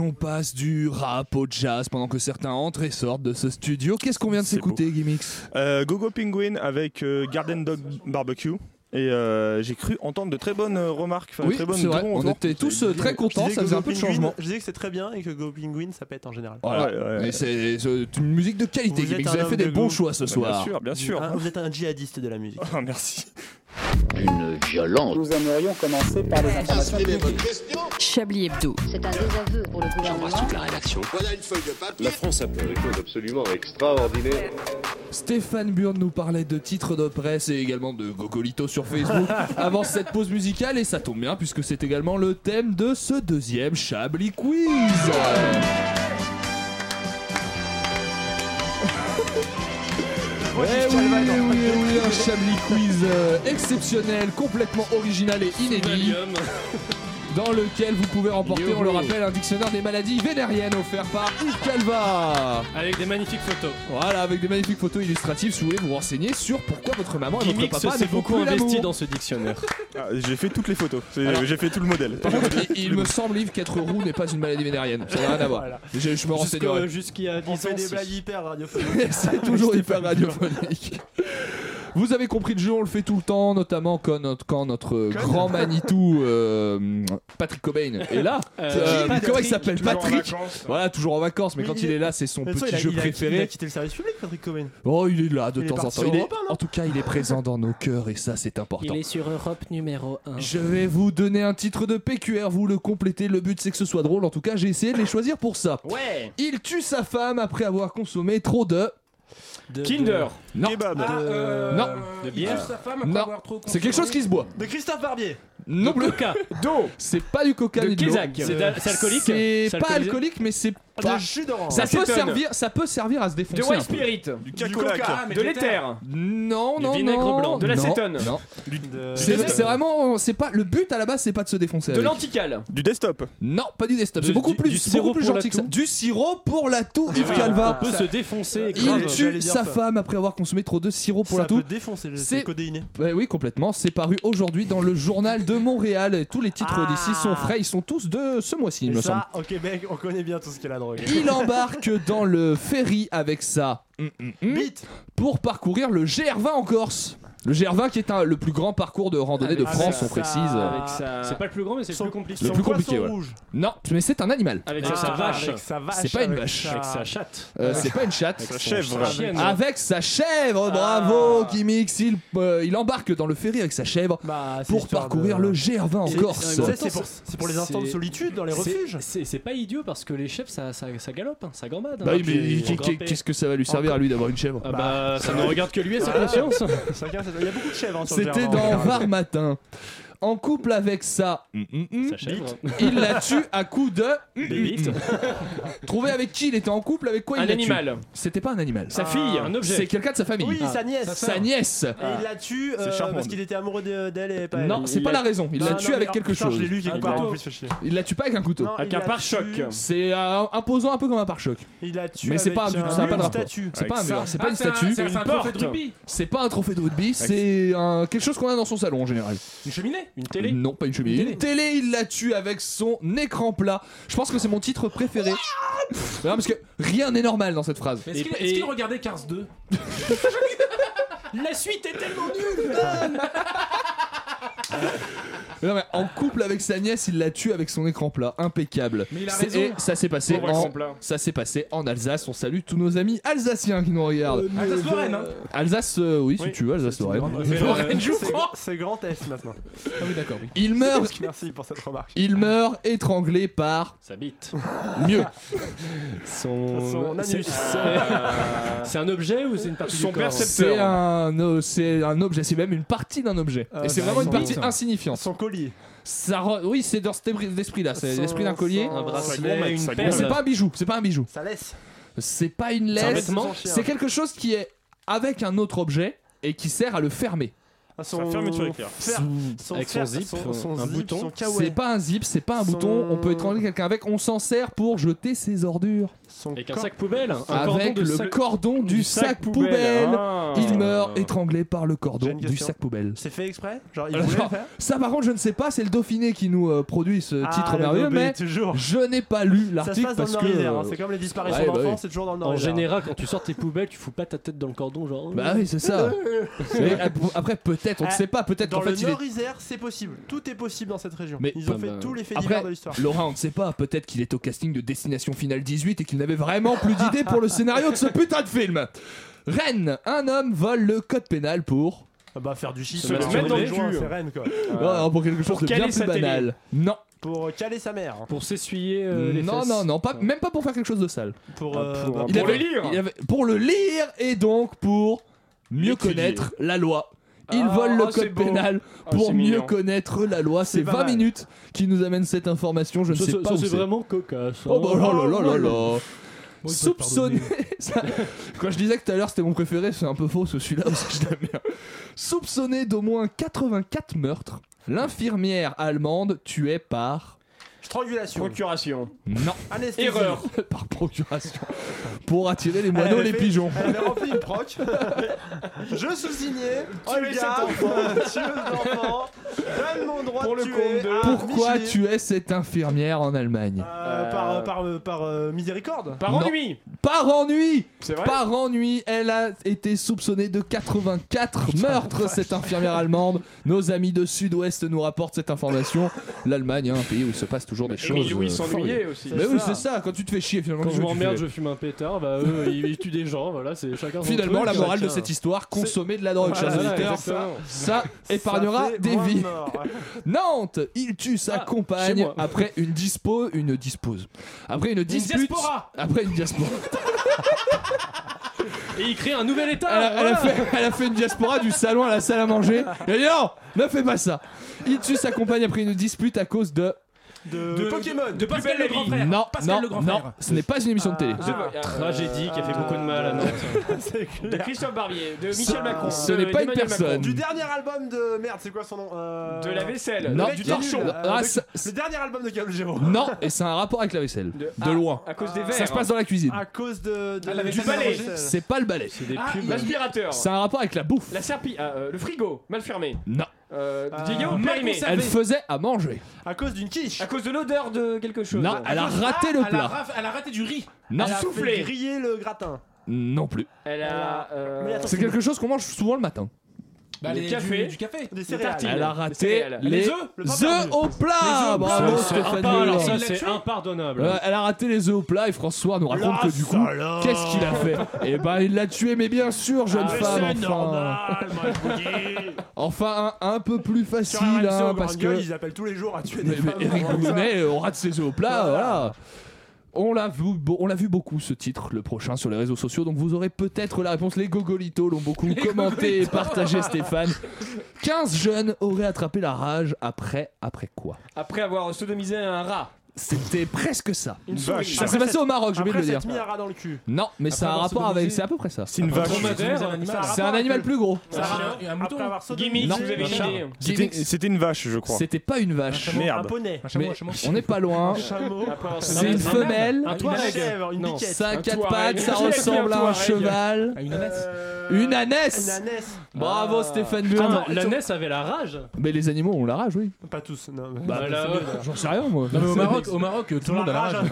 Speaker 2: on passe du rap au jazz pendant que certains entrent et sortent de ce studio. Qu'est-ce qu'on vient de
Speaker 16: C'est
Speaker 2: s'écouter, Gimmicks?
Speaker 16: Euh, Gogo Penguin avec euh, Garden Dog Barbecue. Et euh, j'ai cru entendre de très bonnes euh, remarques. Enfin,
Speaker 2: Oui,
Speaker 16: très bonnes
Speaker 2: c'est vrai.
Speaker 16: bons
Speaker 2: On
Speaker 16: retours.
Speaker 2: était tous euh, très contents, ça faisait un peu de changement.
Speaker 4: Je disais que c'est très bien et que Go Penguin ça pète en général.
Speaker 2: Voilà.
Speaker 16: Ouais, ouais, ouais.
Speaker 2: Et c'est c'est une musique de qualité,
Speaker 4: Vous êtes
Speaker 2: Gimmicks.
Speaker 4: un
Speaker 2: Vous avez
Speaker 4: homme
Speaker 2: fait
Speaker 4: de
Speaker 2: des bons
Speaker 4: goût.
Speaker 2: choix ce
Speaker 16: Bah,
Speaker 2: soir.
Speaker 16: Bien sûr, bien sûr.
Speaker 4: Ah, vous êtes un djihadiste de la musique.
Speaker 16: Oh, merci.
Speaker 8: Une violence. Nous aimerions commencer par les informations publiques.
Speaker 11: Chablis Hebdo.
Speaker 10: C'est un désaveu pour le gouvernement.
Speaker 7: la rédaction. Voilà une feuille de papier. La France a fait des choses absolument extraordinaires.
Speaker 2: Stéphane Burn nous parlait de titres de presse et également de Gogolito sur Facebook avant cette pause musicale, et ça tombe bien puisque c'est également le thème de ce deuxième Chablis Quiz. Ouais, oui, oui, oui, oui, un Chablis Quiz euh, exceptionnel, complètement original et inédit, dans lequel vous pouvez remporter, on le rappelle, un dictionnaire des maladies vénériennes offert par Yves Calva.
Speaker 1: Avec des magnifiques photos.
Speaker 2: Voilà, avec des magnifiques photos illustratives si vous voulez vous renseigner sur pourquoi votre maman et votre
Speaker 1: Gimmicks
Speaker 2: papa
Speaker 1: s'est
Speaker 2: ne font
Speaker 1: beaucoup
Speaker 2: plus
Speaker 1: investi
Speaker 2: l'amour.
Speaker 1: dans ce dictionnaire.
Speaker 16: Ah, j'ai fait toutes les photos. C'est-
Speaker 2: Alors-
Speaker 16: J'ai fait tout le modèle.
Speaker 2: Par contre, il, il me semble, Yves, qu'être roux n'est pas une maladie vénérienne. Ça n'a rien à voir.
Speaker 4: Voilà.
Speaker 2: Je, je me renseignerai.
Speaker 1: Jusqu'il y a
Speaker 4: On
Speaker 1: dix
Speaker 4: fait
Speaker 1: ans.
Speaker 4: des
Speaker 1: si.
Speaker 4: blagues hyper radiophoniques.
Speaker 2: C'est toujours hyper radiophonique. Vous avez compris le jeu, on le fait tout le temps, notamment quand notre, quand notre grand Manitou euh, Patrick Cobain est là.
Speaker 1: Euh,
Speaker 2: Euh,
Speaker 1: Patrick,
Speaker 2: comment il s'appelle?
Speaker 16: toujours en
Speaker 2: Patrick.
Speaker 16: vacances.
Speaker 2: Voilà, toujours en vacances, mais
Speaker 4: Oui,
Speaker 2: quand
Speaker 4: il
Speaker 2: il
Speaker 4: est-
Speaker 2: est là, c'est son
Speaker 4: De toute façon,
Speaker 2: petit
Speaker 4: il a-
Speaker 2: jeu
Speaker 4: il a-
Speaker 2: préféré.
Speaker 4: Il a quitté le service public, Patrick Cobain.
Speaker 2: Oh, il est là de
Speaker 4: Il est
Speaker 2: temps en
Speaker 4: parti
Speaker 2: temps.
Speaker 4: sur
Speaker 2: Il est-
Speaker 4: Europe un, non
Speaker 2: en tout cas, il est présent dans nos cœurs et ça, c'est important.
Speaker 1: Il est sur Europe numéro un.
Speaker 2: Je vais vous donner un titre de P Q R, vous le complétez. Le but, c'est que ce soit drôle. En tout cas, j'ai essayé de les choisir pour ça.
Speaker 6: Ouais.
Speaker 2: Il tue sa femme après avoir consommé trop de.
Speaker 1: De-
Speaker 6: Kinder.
Speaker 2: Non.
Speaker 16: Kebab.
Speaker 1: Ah, euh,
Speaker 2: Non.
Speaker 1: De bière.
Speaker 6: sa femme après
Speaker 2: Non.
Speaker 6: avoir trop
Speaker 2: C'est quelque chose qui se boit.
Speaker 4: De Christophe Barbier.
Speaker 2: Non plus.
Speaker 1: Coca.
Speaker 6: D'eau.
Speaker 2: C'est pas du coca
Speaker 6: De
Speaker 2: ni de l'eau.
Speaker 6: Kézak.
Speaker 1: C'est d'al- c'est alcoolique.
Speaker 2: C'est
Speaker 1: C'est
Speaker 2: pas
Speaker 1: alcoolisé.
Speaker 2: alcoolique, mais c'est pas.
Speaker 4: De jus d'orange.
Speaker 2: Ça peut
Speaker 6: Acétone.
Speaker 2: servir, ça peut servir à se défoncer.
Speaker 6: De
Speaker 2: un
Speaker 6: White
Speaker 2: peu.
Speaker 6: Spirit.
Speaker 16: Du
Speaker 4: Du
Speaker 16: cacolac.
Speaker 4: coca.
Speaker 6: De l'éther.
Speaker 2: Non,
Speaker 1: Du
Speaker 2: non,
Speaker 1: vinaigre
Speaker 2: non.
Speaker 1: blanc.
Speaker 6: De
Speaker 2: Non,
Speaker 6: l'acétone.
Speaker 2: Non.
Speaker 4: De-
Speaker 2: C'est
Speaker 6: De-
Speaker 2: c'est vraiment, c'est pas le but à la base, c'est pas de se défoncer.
Speaker 6: De
Speaker 2: avec.
Speaker 6: l'antical.
Speaker 16: Du desktop.
Speaker 2: Non, pas du desktop.
Speaker 1: De-
Speaker 2: C'est beaucoup
Speaker 1: du-
Speaker 2: plus,
Speaker 1: du
Speaker 2: beaucoup
Speaker 1: sirop
Speaker 2: plus
Speaker 1: pour la
Speaker 2: gentil que ça.
Speaker 1: toux.
Speaker 2: Du sirop pour la toux, Yves
Speaker 1: On
Speaker 2: Calva.
Speaker 1: peut se défoncer.
Speaker 2: Il
Speaker 1: grave.
Speaker 2: tue
Speaker 4: j'allais dire
Speaker 2: sa
Speaker 4: ça.
Speaker 2: femme après avoir consommé trop de sirop pour
Speaker 4: Ça
Speaker 2: la toux.
Speaker 4: peut défoncer le
Speaker 2: C'est-
Speaker 4: c'est codéiné.
Speaker 2: Ouais, oui, complètement. C'est paru aujourd'hui dans le journal de Montréal. Et tous les titres
Speaker 4: Ah.
Speaker 2: d'ici sont frais. Ils sont tous de ce mois-ci, il
Speaker 4: Et
Speaker 2: me semble.
Speaker 4: ça, au Québec, on connaît bien tout ce qu'est la drogue.
Speaker 2: Il embarque dans le ferry avec ça
Speaker 4: Vite.
Speaker 2: pour parcourir le G R vingt en Corse. Le G R vingt qui est un- le plus grand parcours de randonnée de
Speaker 1: Avec
Speaker 2: France,
Speaker 1: ça-
Speaker 2: on précise.
Speaker 6: Avec sa.
Speaker 1: C'est pas le plus grand, mais c'est le
Speaker 4: Son-
Speaker 1: plus compliqué.
Speaker 2: Le
Speaker 4: Son
Speaker 2: plus compliqué,
Speaker 4: poisson
Speaker 2: ouais.
Speaker 4: rouge.
Speaker 2: Non, mais c'est un animal.
Speaker 1: Avec
Speaker 4: Ah,
Speaker 1: sa vache.
Speaker 4: Avec sa vache.
Speaker 2: C'est pas une
Speaker 4: avec
Speaker 2: vache.
Speaker 4: sa-
Speaker 1: Avec sa chatte.
Speaker 2: Euh, c'est pas une chatte.
Speaker 16: Sa chèvre.
Speaker 1: Sa chienne.
Speaker 2: Avec sa chèvre, bravo Gimmicks, il, euh, il embarque dans le ferry avec sa chèvre
Speaker 4: Bah, c'est
Speaker 2: pour
Speaker 4: histoire
Speaker 2: parcourir
Speaker 4: de-
Speaker 2: le G R vingt en
Speaker 4: C'est-
Speaker 2: Corse.
Speaker 4: c'est- C'est pour, c'est pour les instants de
Speaker 1: C'est-
Speaker 4: solitude dans les
Speaker 1: C'est-
Speaker 4: refuges.
Speaker 1: C'est c'est pas idiot parce que les chefs ça, ça, ça galope, hein, ça gambade. hein.
Speaker 2: Bah oui, mais
Speaker 1: Puis,
Speaker 2: qu'est-
Speaker 1: on
Speaker 2: qu'est-
Speaker 1: grimpe.
Speaker 2: qu'est-ce que ça va lui servir à lui d'avoir une chèvre?
Speaker 1: Ah bah ça ne regarde que lui et sa conscience.
Speaker 4: Chacun, c'est- il y a beaucoup de chèvres hein, sur le
Speaker 2: C'était
Speaker 4: G R vingt, en
Speaker 2: dans
Speaker 4: général.
Speaker 2: Var Matin. En couple avec sa,
Speaker 1: Sa chèvre.
Speaker 2: il la tue à coups de.
Speaker 1: Des bites.
Speaker 2: Trouvé avec qui il était en couple, avec quoi il
Speaker 6: Un
Speaker 2: l'a tué?
Speaker 6: animal.
Speaker 2: C'était pas un animal.
Speaker 6: Sa
Speaker 1: Ah,
Speaker 6: fille.
Speaker 1: un objet.
Speaker 2: C'est quelqu'un de sa famille.
Speaker 4: Oui, sa nièce.
Speaker 2: Sa nièce.
Speaker 4: Et il la tue euh,
Speaker 16: C'est charmant.
Speaker 4: parce qu'il était amoureux de- d'elle et pas elle.
Speaker 2: Non, c'est pas la raison. Il
Speaker 4: Non,
Speaker 2: la
Speaker 4: non,
Speaker 2: tue
Speaker 4: mais-
Speaker 2: avec
Speaker 4: oh,
Speaker 2: quelque
Speaker 4: putain,
Speaker 2: chose.
Speaker 4: Je l'ai lu quelque
Speaker 1: Un
Speaker 4: part en
Speaker 1: couteau.
Speaker 4: plus, fait chier.
Speaker 2: Il la tue pas avec un couteau.
Speaker 4: Non,
Speaker 6: Avec
Speaker 4: il
Speaker 6: un
Speaker 4: la
Speaker 6: pare-choc.
Speaker 4: tue-
Speaker 2: C'est euh, imposant un peu comme un pare-choc.
Speaker 4: Il la tue
Speaker 2: Mais c'est
Speaker 4: avec
Speaker 2: pas un- ça a pas de
Speaker 4: une
Speaker 2: rapport.
Speaker 4: statue.
Speaker 2: C'est pas un mur, c'est pas
Speaker 6: Ah,
Speaker 2: une
Speaker 6: c'est un-
Speaker 2: statue.
Speaker 6: c'est un
Speaker 1: Une
Speaker 6: trophée de
Speaker 1: porte.
Speaker 6: rugby.
Speaker 2: C'est pas un trophée de rugby, c'est un- quelque chose qu'on a dans son salon en général.
Speaker 1: Une cheminée. Une télé.
Speaker 2: Non, pas une cheminée.
Speaker 1: Une
Speaker 2: Une télé, il la tue avec son écran plat. Je pense que c'est mon titre préféré. Non, parce que rien n'est normal dans cette phrase.
Speaker 1: Mais Est-ce
Speaker 2: Et-
Speaker 1: qu'il
Speaker 2: et-
Speaker 1: est-ce qu'il regardait Cars deux? La suite est tellement nulle.
Speaker 2: Non, mais en couple avec sa nièce, il la tue avec son écran plat. Impeccable.
Speaker 1: Mais il a
Speaker 2: C'est-
Speaker 1: raison.
Speaker 2: Et ça s'est passé
Speaker 6: Pauvre
Speaker 2: en
Speaker 6: écran plat.
Speaker 2: ça s'est passé en Alsace. On salue tous nos amis alsaciens qui nous regardent.
Speaker 1: Alsace-Lorraine, hein.
Speaker 2: Alsace, euh, oui, si
Speaker 4: Oui.
Speaker 2: tu veux, Alsace-Lorraine.
Speaker 1: Mais, euh,
Speaker 2: Lorraine joue
Speaker 4: C'est
Speaker 2: franc.
Speaker 4: grand- C'est grand S maintenant.
Speaker 1: Ah oui, d'accord. oui.
Speaker 2: Il meurt,
Speaker 4: Merci pour cette remarque.
Speaker 2: il meurt étranglé par
Speaker 1: Sa bite.
Speaker 2: mieux.
Speaker 1: Son.
Speaker 4: Son
Speaker 1: c'est-
Speaker 4: anus.
Speaker 1: c'est- C'est un objet ou c'est une partie
Speaker 6: Son
Speaker 1: du corps?
Speaker 6: percepteur.
Speaker 2: C'est un, euh, c'est un objet, c'est même une partie d'un objet.
Speaker 4: Ah,
Speaker 2: Et c'est
Speaker 4: bah,
Speaker 2: vraiment une
Speaker 4: son
Speaker 2: partie
Speaker 4: bite.
Speaker 2: insignifiante.
Speaker 4: Son collier.
Speaker 2: Ça re- Oui, c'est dans cet ébri- esprit-là, c'est
Speaker 4: Son-
Speaker 2: l'esprit d'un collier.
Speaker 4: son-
Speaker 1: Un bracelet, une
Speaker 2: Mais
Speaker 1: perle.
Speaker 2: c'est pas un bijou, c'est pas un bijou.
Speaker 4: Ça laisse.
Speaker 2: C'est pas une
Speaker 1: C'est un
Speaker 2: laisse,
Speaker 1: vêtement.
Speaker 2: c'est quelque chose qui est avec un autre objet et qui sert à le fermer.
Speaker 4: Ah,
Speaker 16: Sa fermeture éclair.
Speaker 4: fer- son
Speaker 1: Avec son
Speaker 4: fer-
Speaker 1: zip,
Speaker 4: son- son
Speaker 1: un
Speaker 4: zip,
Speaker 1: bouton.
Speaker 4: son kawaii.
Speaker 2: C'est pas un zip, c'est pas un
Speaker 4: Son-
Speaker 2: bouton, on peut étrangler quelqu'un avec, on s'en sert pour jeter ses ordures.
Speaker 1: Avec un sac poubelle un
Speaker 2: Avec
Speaker 1: cordon de
Speaker 2: le
Speaker 1: sac...
Speaker 2: cordon du,
Speaker 6: du
Speaker 2: sac,
Speaker 6: sac
Speaker 2: poubelle.
Speaker 6: poubelle. Ah.
Speaker 2: Il meurt étranglé par le cordon
Speaker 4: J'ai une
Speaker 2: du
Speaker 4: question.
Speaker 2: sac poubelle.
Speaker 4: C'est fait exprès? Genre, il
Speaker 2: Alors,
Speaker 4: voulait le faire?
Speaker 2: ça par contre je ne sais pas, c'est le Dauphiné qui nous euh, produit ce
Speaker 4: Ah,
Speaker 2: titre
Speaker 4: le
Speaker 2: merveilleux,
Speaker 4: Dauphiné,
Speaker 2: mais
Speaker 4: toujours.
Speaker 2: je n'ai pas lu
Speaker 4: Ça se
Speaker 2: l'article
Speaker 4: passe dans le
Speaker 2: parce que...
Speaker 4: Nord-Isère, hein,
Speaker 2: euh,
Speaker 4: c'est comme les disparitions
Speaker 2: ouais, bah
Speaker 4: d'enfants,
Speaker 2: oui.
Speaker 4: c'est toujours dans le
Speaker 1: En
Speaker 4: Nord-Isère.
Speaker 1: général, quand tu sors tes poubelles, tu fous pas ta tête dans le cordon, genre.
Speaker 2: Bah oui, c'est ça. Mais après, peut-être, on ne
Speaker 4: Ah,
Speaker 2: sait pas, peut-être
Speaker 4: Dans
Speaker 2: qu'en fait
Speaker 4: le
Speaker 2: il est...
Speaker 4: Nord-Isère, c'est possible. Tout est possible dans cette région.
Speaker 2: Mais-
Speaker 4: Ils ont
Speaker 2: bah,
Speaker 4: fait
Speaker 2: bah,
Speaker 4: tous les faits
Speaker 2: Après,
Speaker 4: divers de l'histoire.
Speaker 2: Laura, on ne sait pas, peut-être qu'il est au casting de Destination Finale dix-huit et qu'il n'avait vraiment plus d'idées pour le scénario de ce putain de film. Rennes, un homme vole le code pénal pour...
Speaker 4: Ah bah faire du shit,
Speaker 6: Se
Speaker 4: sur
Speaker 6: mettre
Speaker 4: les
Speaker 6: dans le
Speaker 4: joints,
Speaker 6: cul.
Speaker 4: c'est Rennes quoi.
Speaker 2: Non, non, pour quelque chose de bien
Speaker 6: caler
Speaker 2: plus
Speaker 6: sa télé.
Speaker 2: banal. Non,
Speaker 4: Pour euh, caler sa mère.
Speaker 1: Pour s'essuyer euh, les
Speaker 2: non,
Speaker 1: fesses.
Speaker 2: non, non, pas, même pas pour faire quelque chose de sale.
Speaker 4: Pour,
Speaker 6: Ah,
Speaker 4: euh,
Speaker 6: pour-
Speaker 4: bah,
Speaker 2: Il
Speaker 6: pour
Speaker 2: avait-
Speaker 6: le lire.
Speaker 2: il avait- Pour le lire et donc pour mieux
Speaker 6: L'étudier.
Speaker 2: connaître la loi. Il
Speaker 6: Ah,
Speaker 2: vole le
Speaker 6: oh, c'est
Speaker 2: code
Speaker 6: beau.
Speaker 2: pénal
Speaker 6: Ah,
Speaker 2: pour
Speaker 6: c'est
Speaker 2: mieux
Speaker 6: mignon.
Speaker 2: connaître la loi. C'est
Speaker 4: C'est pas
Speaker 2: vingt
Speaker 4: mal.
Speaker 2: minutes qui nous amènent cette information. Je ne
Speaker 1: Ça,
Speaker 2: sais
Speaker 1: ça,
Speaker 2: pas
Speaker 1: ça,
Speaker 2: où
Speaker 1: c'est
Speaker 2: c'est.
Speaker 1: vraiment cocasse.
Speaker 2: Oh bah là là là là là.
Speaker 1: il peut
Speaker 2: Soupçonné. Ça- Quand je disais que tout à l'heure c'était mon préféré, c'est un peu faux, ce celui-là aussi je l'aime bien. Soupçonné d'au moins quatre-vingt-quatre meurtres, l'infirmière allemande tuée par.
Speaker 4: Strangulation.
Speaker 6: Procuration.
Speaker 2: Non,
Speaker 4: Anesthésie.
Speaker 6: Erreur.
Speaker 2: par procuration. Pour attirer les
Speaker 4: Elle
Speaker 2: moineaux,
Speaker 4: avait
Speaker 2: les
Speaker 4: fait-
Speaker 2: pigeons.
Speaker 4: Elle avait rempli une proc. Je sous-signais.
Speaker 6: Oh,
Speaker 4: Tu
Speaker 6: mais
Speaker 4: le
Speaker 6: cet
Speaker 4: gardes.
Speaker 6: enfant.
Speaker 4: Tueuse d'enfants. Donne mon droit
Speaker 6: Pour
Speaker 4: de
Speaker 6: le
Speaker 4: tuer
Speaker 6: compte de-
Speaker 4: à
Speaker 2: Pourquoi
Speaker 4: Michelet.
Speaker 2: tuer cette infirmière en Allemagne?
Speaker 4: Euh, Par, par, euh, par euh, miséricorde.
Speaker 6: Par
Speaker 2: Non.
Speaker 6: ennui.
Speaker 2: Par ennui.
Speaker 6: C'est vrai.
Speaker 2: Par ennui, elle a été soupçonnée de quatre-vingt-quatre meurtres, cette infirmière allemande. Nos amis de Sud-Ouest nous rapportent cette information. L'Allemagne, hein, un pays où il se passe toujours des choses.
Speaker 6: Émile Louis
Speaker 2: euh,
Speaker 6: s'ennuyait aussi.
Speaker 2: Mais oui,
Speaker 4: ça.
Speaker 2: c'est ça, quand tu te fais chier finalement.
Speaker 1: Quand
Speaker 2: qu'est-ce
Speaker 1: je
Speaker 2: que tu
Speaker 1: m'emmerde,
Speaker 2: fais
Speaker 1: je fume un pétard, bah eux ils, ils tuent des gens, voilà, c'est chacun son
Speaker 2: Finalement,
Speaker 1: truc,
Speaker 2: la morale de
Speaker 1: chacun-
Speaker 2: cette histoire, consommer de la drogue,
Speaker 1: Voilà,
Speaker 2: chers
Speaker 1: voilà,
Speaker 2: auditeurs.
Speaker 1: exactement.
Speaker 2: Ça épargnera
Speaker 4: Ça fait
Speaker 2: des
Speaker 4: moins de
Speaker 2: vies.
Speaker 4: morts.
Speaker 2: Nantes, il tue sa
Speaker 1: Ah, chez
Speaker 2: compagne
Speaker 1: moi.
Speaker 2: après une dispo, une dispose. Après une dispute.
Speaker 6: diaspora.
Speaker 2: Après une diaspora.
Speaker 1: Et il crée un nouvel état.
Speaker 2: Elle a, elle a
Speaker 1: voilà.
Speaker 2: fait, elle a fait une diaspora du salon à la salle à manger. Elle a dit non, ne fais pas ça. Il tue sa compagne après une dispute à cause de.
Speaker 4: De,
Speaker 6: De-
Speaker 4: Pokémon.
Speaker 6: de Pascal
Speaker 13: belle
Speaker 6: le
Speaker 13: la
Speaker 6: grand
Speaker 13: vie.
Speaker 6: frère.
Speaker 2: Non,
Speaker 6: Pascal
Speaker 2: non,
Speaker 6: le grand
Speaker 2: non,
Speaker 6: frère.
Speaker 2: ce n'est pas une émission de télé.
Speaker 6: Ah,
Speaker 1: Tragédie qui a fait beaucoup de mal à Nantes.
Speaker 4: C'est clair.
Speaker 6: De Christophe Barbier, de Michel Macron.
Speaker 2: ce
Speaker 6: de-
Speaker 2: n'est pas une
Speaker 6: d'Emmanuel
Speaker 2: personne.
Speaker 6: Macron.
Speaker 4: Du dernier album de. Merde, c'est quoi son nom euh...
Speaker 6: De la vaisselle.
Speaker 2: Non,
Speaker 6: du
Speaker 4: qui est nul,
Speaker 6: torchon.
Speaker 4: euh,
Speaker 2: Ah,
Speaker 4: de-
Speaker 2: ça-
Speaker 4: Le dernier album de Calogero.
Speaker 2: Non, et c'est un rapport avec la vaisselle.
Speaker 6: De,
Speaker 2: De loin.
Speaker 6: À cause des verres.
Speaker 2: Ça se passe dans la cuisine.
Speaker 4: À cause de. de
Speaker 6: Ah, la
Speaker 4: du
Speaker 6: vaisselle
Speaker 4: balai.
Speaker 6: de la
Speaker 2: C'est pas le balai.
Speaker 1: C'est des
Speaker 6: Ah,
Speaker 1: pubs.
Speaker 6: l'aspirateur.
Speaker 2: C'est un rapport avec la bouffe.
Speaker 6: La serpille. Ah, euh, le frigo. Mal fermé.
Speaker 2: Non.
Speaker 6: Euh,
Speaker 4: Ah,
Speaker 6: des yaourts
Speaker 4: mal
Speaker 6: périmés.
Speaker 4: conservé.
Speaker 2: Elle faisait à manger.
Speaker 4: À cause d'une quiche.
Speaker 6: À cause de l'odeur de quelque chose.
Speaker 2: Non, elle a raté le
Speaker 13: Elle a,
Speaker 2: plat.
Speaker 13: raf- elle a raté du riz.
Speaker 2: Non,
Speaker 4: Elle a
Speaker 6: soufflé.
Speaker 4: fait griller le gratin.
Speaker 2: non plus.
Speaker 6: Elle a. euh,
Speaker 4: Mais attends,
Speaker 2: C'est quelque chose qu'on mange souvent le matin.
Speaker 13: Bah,
Speaker 6: Le
Speaker 13: les-
Speaker 6: café.
Speaker 13: Du, du café.
Speaker 4: Des
Speaker 6: Des
Speaker 4: céréales.
Speaker 6: tartines.
Speaker 2: Elle a
Speaker 6: Des
Speaker 2: raté
Speaker 6: céréales.
Speaker 2: les
Speaker 4: Les œufs, le pain
Speaker 2: œufs
Speaker 4: perdu.
Speaker 2: au plat. Bravo
Speaker 1: C'est
Speaker 2: Stéphane
Speaker 1: impa- alors ça,
Speaker 2: Bern.
Speaker 1: c'est impardonnable.
Speaker 2: Euh, elle a raté les œufs au plat et François nous raconte
Speaker 4: La
Speaker 2: que du coup,
Speaker 4: salope.
Speaker 2: qu'est-ce qu'il a fait? Eh ben, il l'a tué, mais bien sûr, jeune
Speaker 4: Ah, mais
Speaker 2: femme.
Speaker 4: c'est
Speaker 2: Enfin,
Speaker 4: normal, moi je vous dis.
Speaker 2: enfin un, un peu plus
Speaker 4: Sur
Speaker 2: facile,
Speaker 4: R M C,
Speaker 2: hein,
Speaker 4: au
Speaker 2: parce
Speaker 4: Grand Gueule,
Speaker 2: que
Speaker 4: ils appellent tous les jours à tuer
Speaker 2: mais,
Speaker 4: des
Speaker 2: mais
Speaker 4: femmes.
Speaker 2: Eric
Speaker 4: Comment ça
Speaker 2: Boulounet, on rate ses œufs au plat,
Speaker 4: Voilà.
Speaker 2: voilà. On l'a vu, bo- on l'a vu beaucoup ce titre, le prochain sur les réseaux sociaux, donc vous aurez peut-être la réponse. Les Gogolitos l'ont beaucoup commenté et partagé, Stéphane. quinze jeunes auraient attrapé la rage après, après quoi?
Speaker 6: Après avoir sodomisé un rat.
Speaker 2: C'était presque ça.
Speaker 6: Une
Speaker 4: vache.
Speaker 6: souris.
Speaker 2: Ça s'est passé au Maroc, j'ai oublié de
Speaker 4: Après,
Speaker 2: le
Speaker 4: s'être
Speaker 2: dire.
Speaker 4: mis un rat dans le cul.
Speaker 2: Non, mais c'est un
Speaker 13: avoir
Speaker 2: rapport avec.
Speaker 13: sodomisé.
Speaker 2: C'est à peu près ça.
Speaker 16: C'est une vache.
Speaker 13: Dromadaire, un animal.
Speaker 2: C'est un animal plus gros.
Speaker 4: Ça a
Speaker 13: Un-
Speaker 4: rapport-
Speaker 13: un mouton.
Speaker 4: Après avoir sodomisé
Speaker 6: Gimmick,
Speaker 2: Non.
Speaker 6: si vous avez une
Speaker 13: Un
Speaker 6: idée.
Speaker 16: C'était c'était une vache, je crois.
Speaker 2: C'était pas une vache.
Speaker 16: Merde.
Speaker 4: Un poney.
Speaker 13: Un chameau,
Speaker 2: Mais
Speaker 13: un chameau.
Speaker 2: on n'est pas loin.
Speaker 4: Un chameau.
Speaker 6: Après avoir
Speaker 2: C'est une
Speaker 6: sodomisé un
Speaker 2: femelle.
Speaker 1: Un
Speaker 4: Une
Speaker 1: Touareg.
Speaker 4: chèvre, une
Speaker 1: Non.
Speaker 4: biquette.
Speaker 2: Ça a
Speaker 6: Un
Speaker 2: quatre
Speaker 6: Touareg.
Speaker 2: pattes, ça
Speaker 6: J'ai appelé
Speaker 2: ressemble
Speaker 6: un
Speaker 2: à un
Speaker 6: Touareg.
Speaker 2: cheval.
Speaker 13: Ah, une ânesse.
Speaker 4: Euh,
Speaker 2: Une
Speaker 4: Une
Speaker 2: ânesse.
Speaker 4: ânesse.
Speaker 2: Bravo
Speaker 6: Ah.
Speaker 2: Stéphane
Speaker 1: Attends,
Speaker 2: Burn.
Speaker 1: la Ness avait la rage.
Speaker 2: Mais les animaux ont la rage, oui.
Speaker 4: Pas tous. Non.
Speaker 2: Bah,
Speaker 1: Bah, là,
Speaker 2: euh, j'en sais rien moi.
Speaker 13: Non, mais au Maroc, au Maroc, tout le monde a la rage.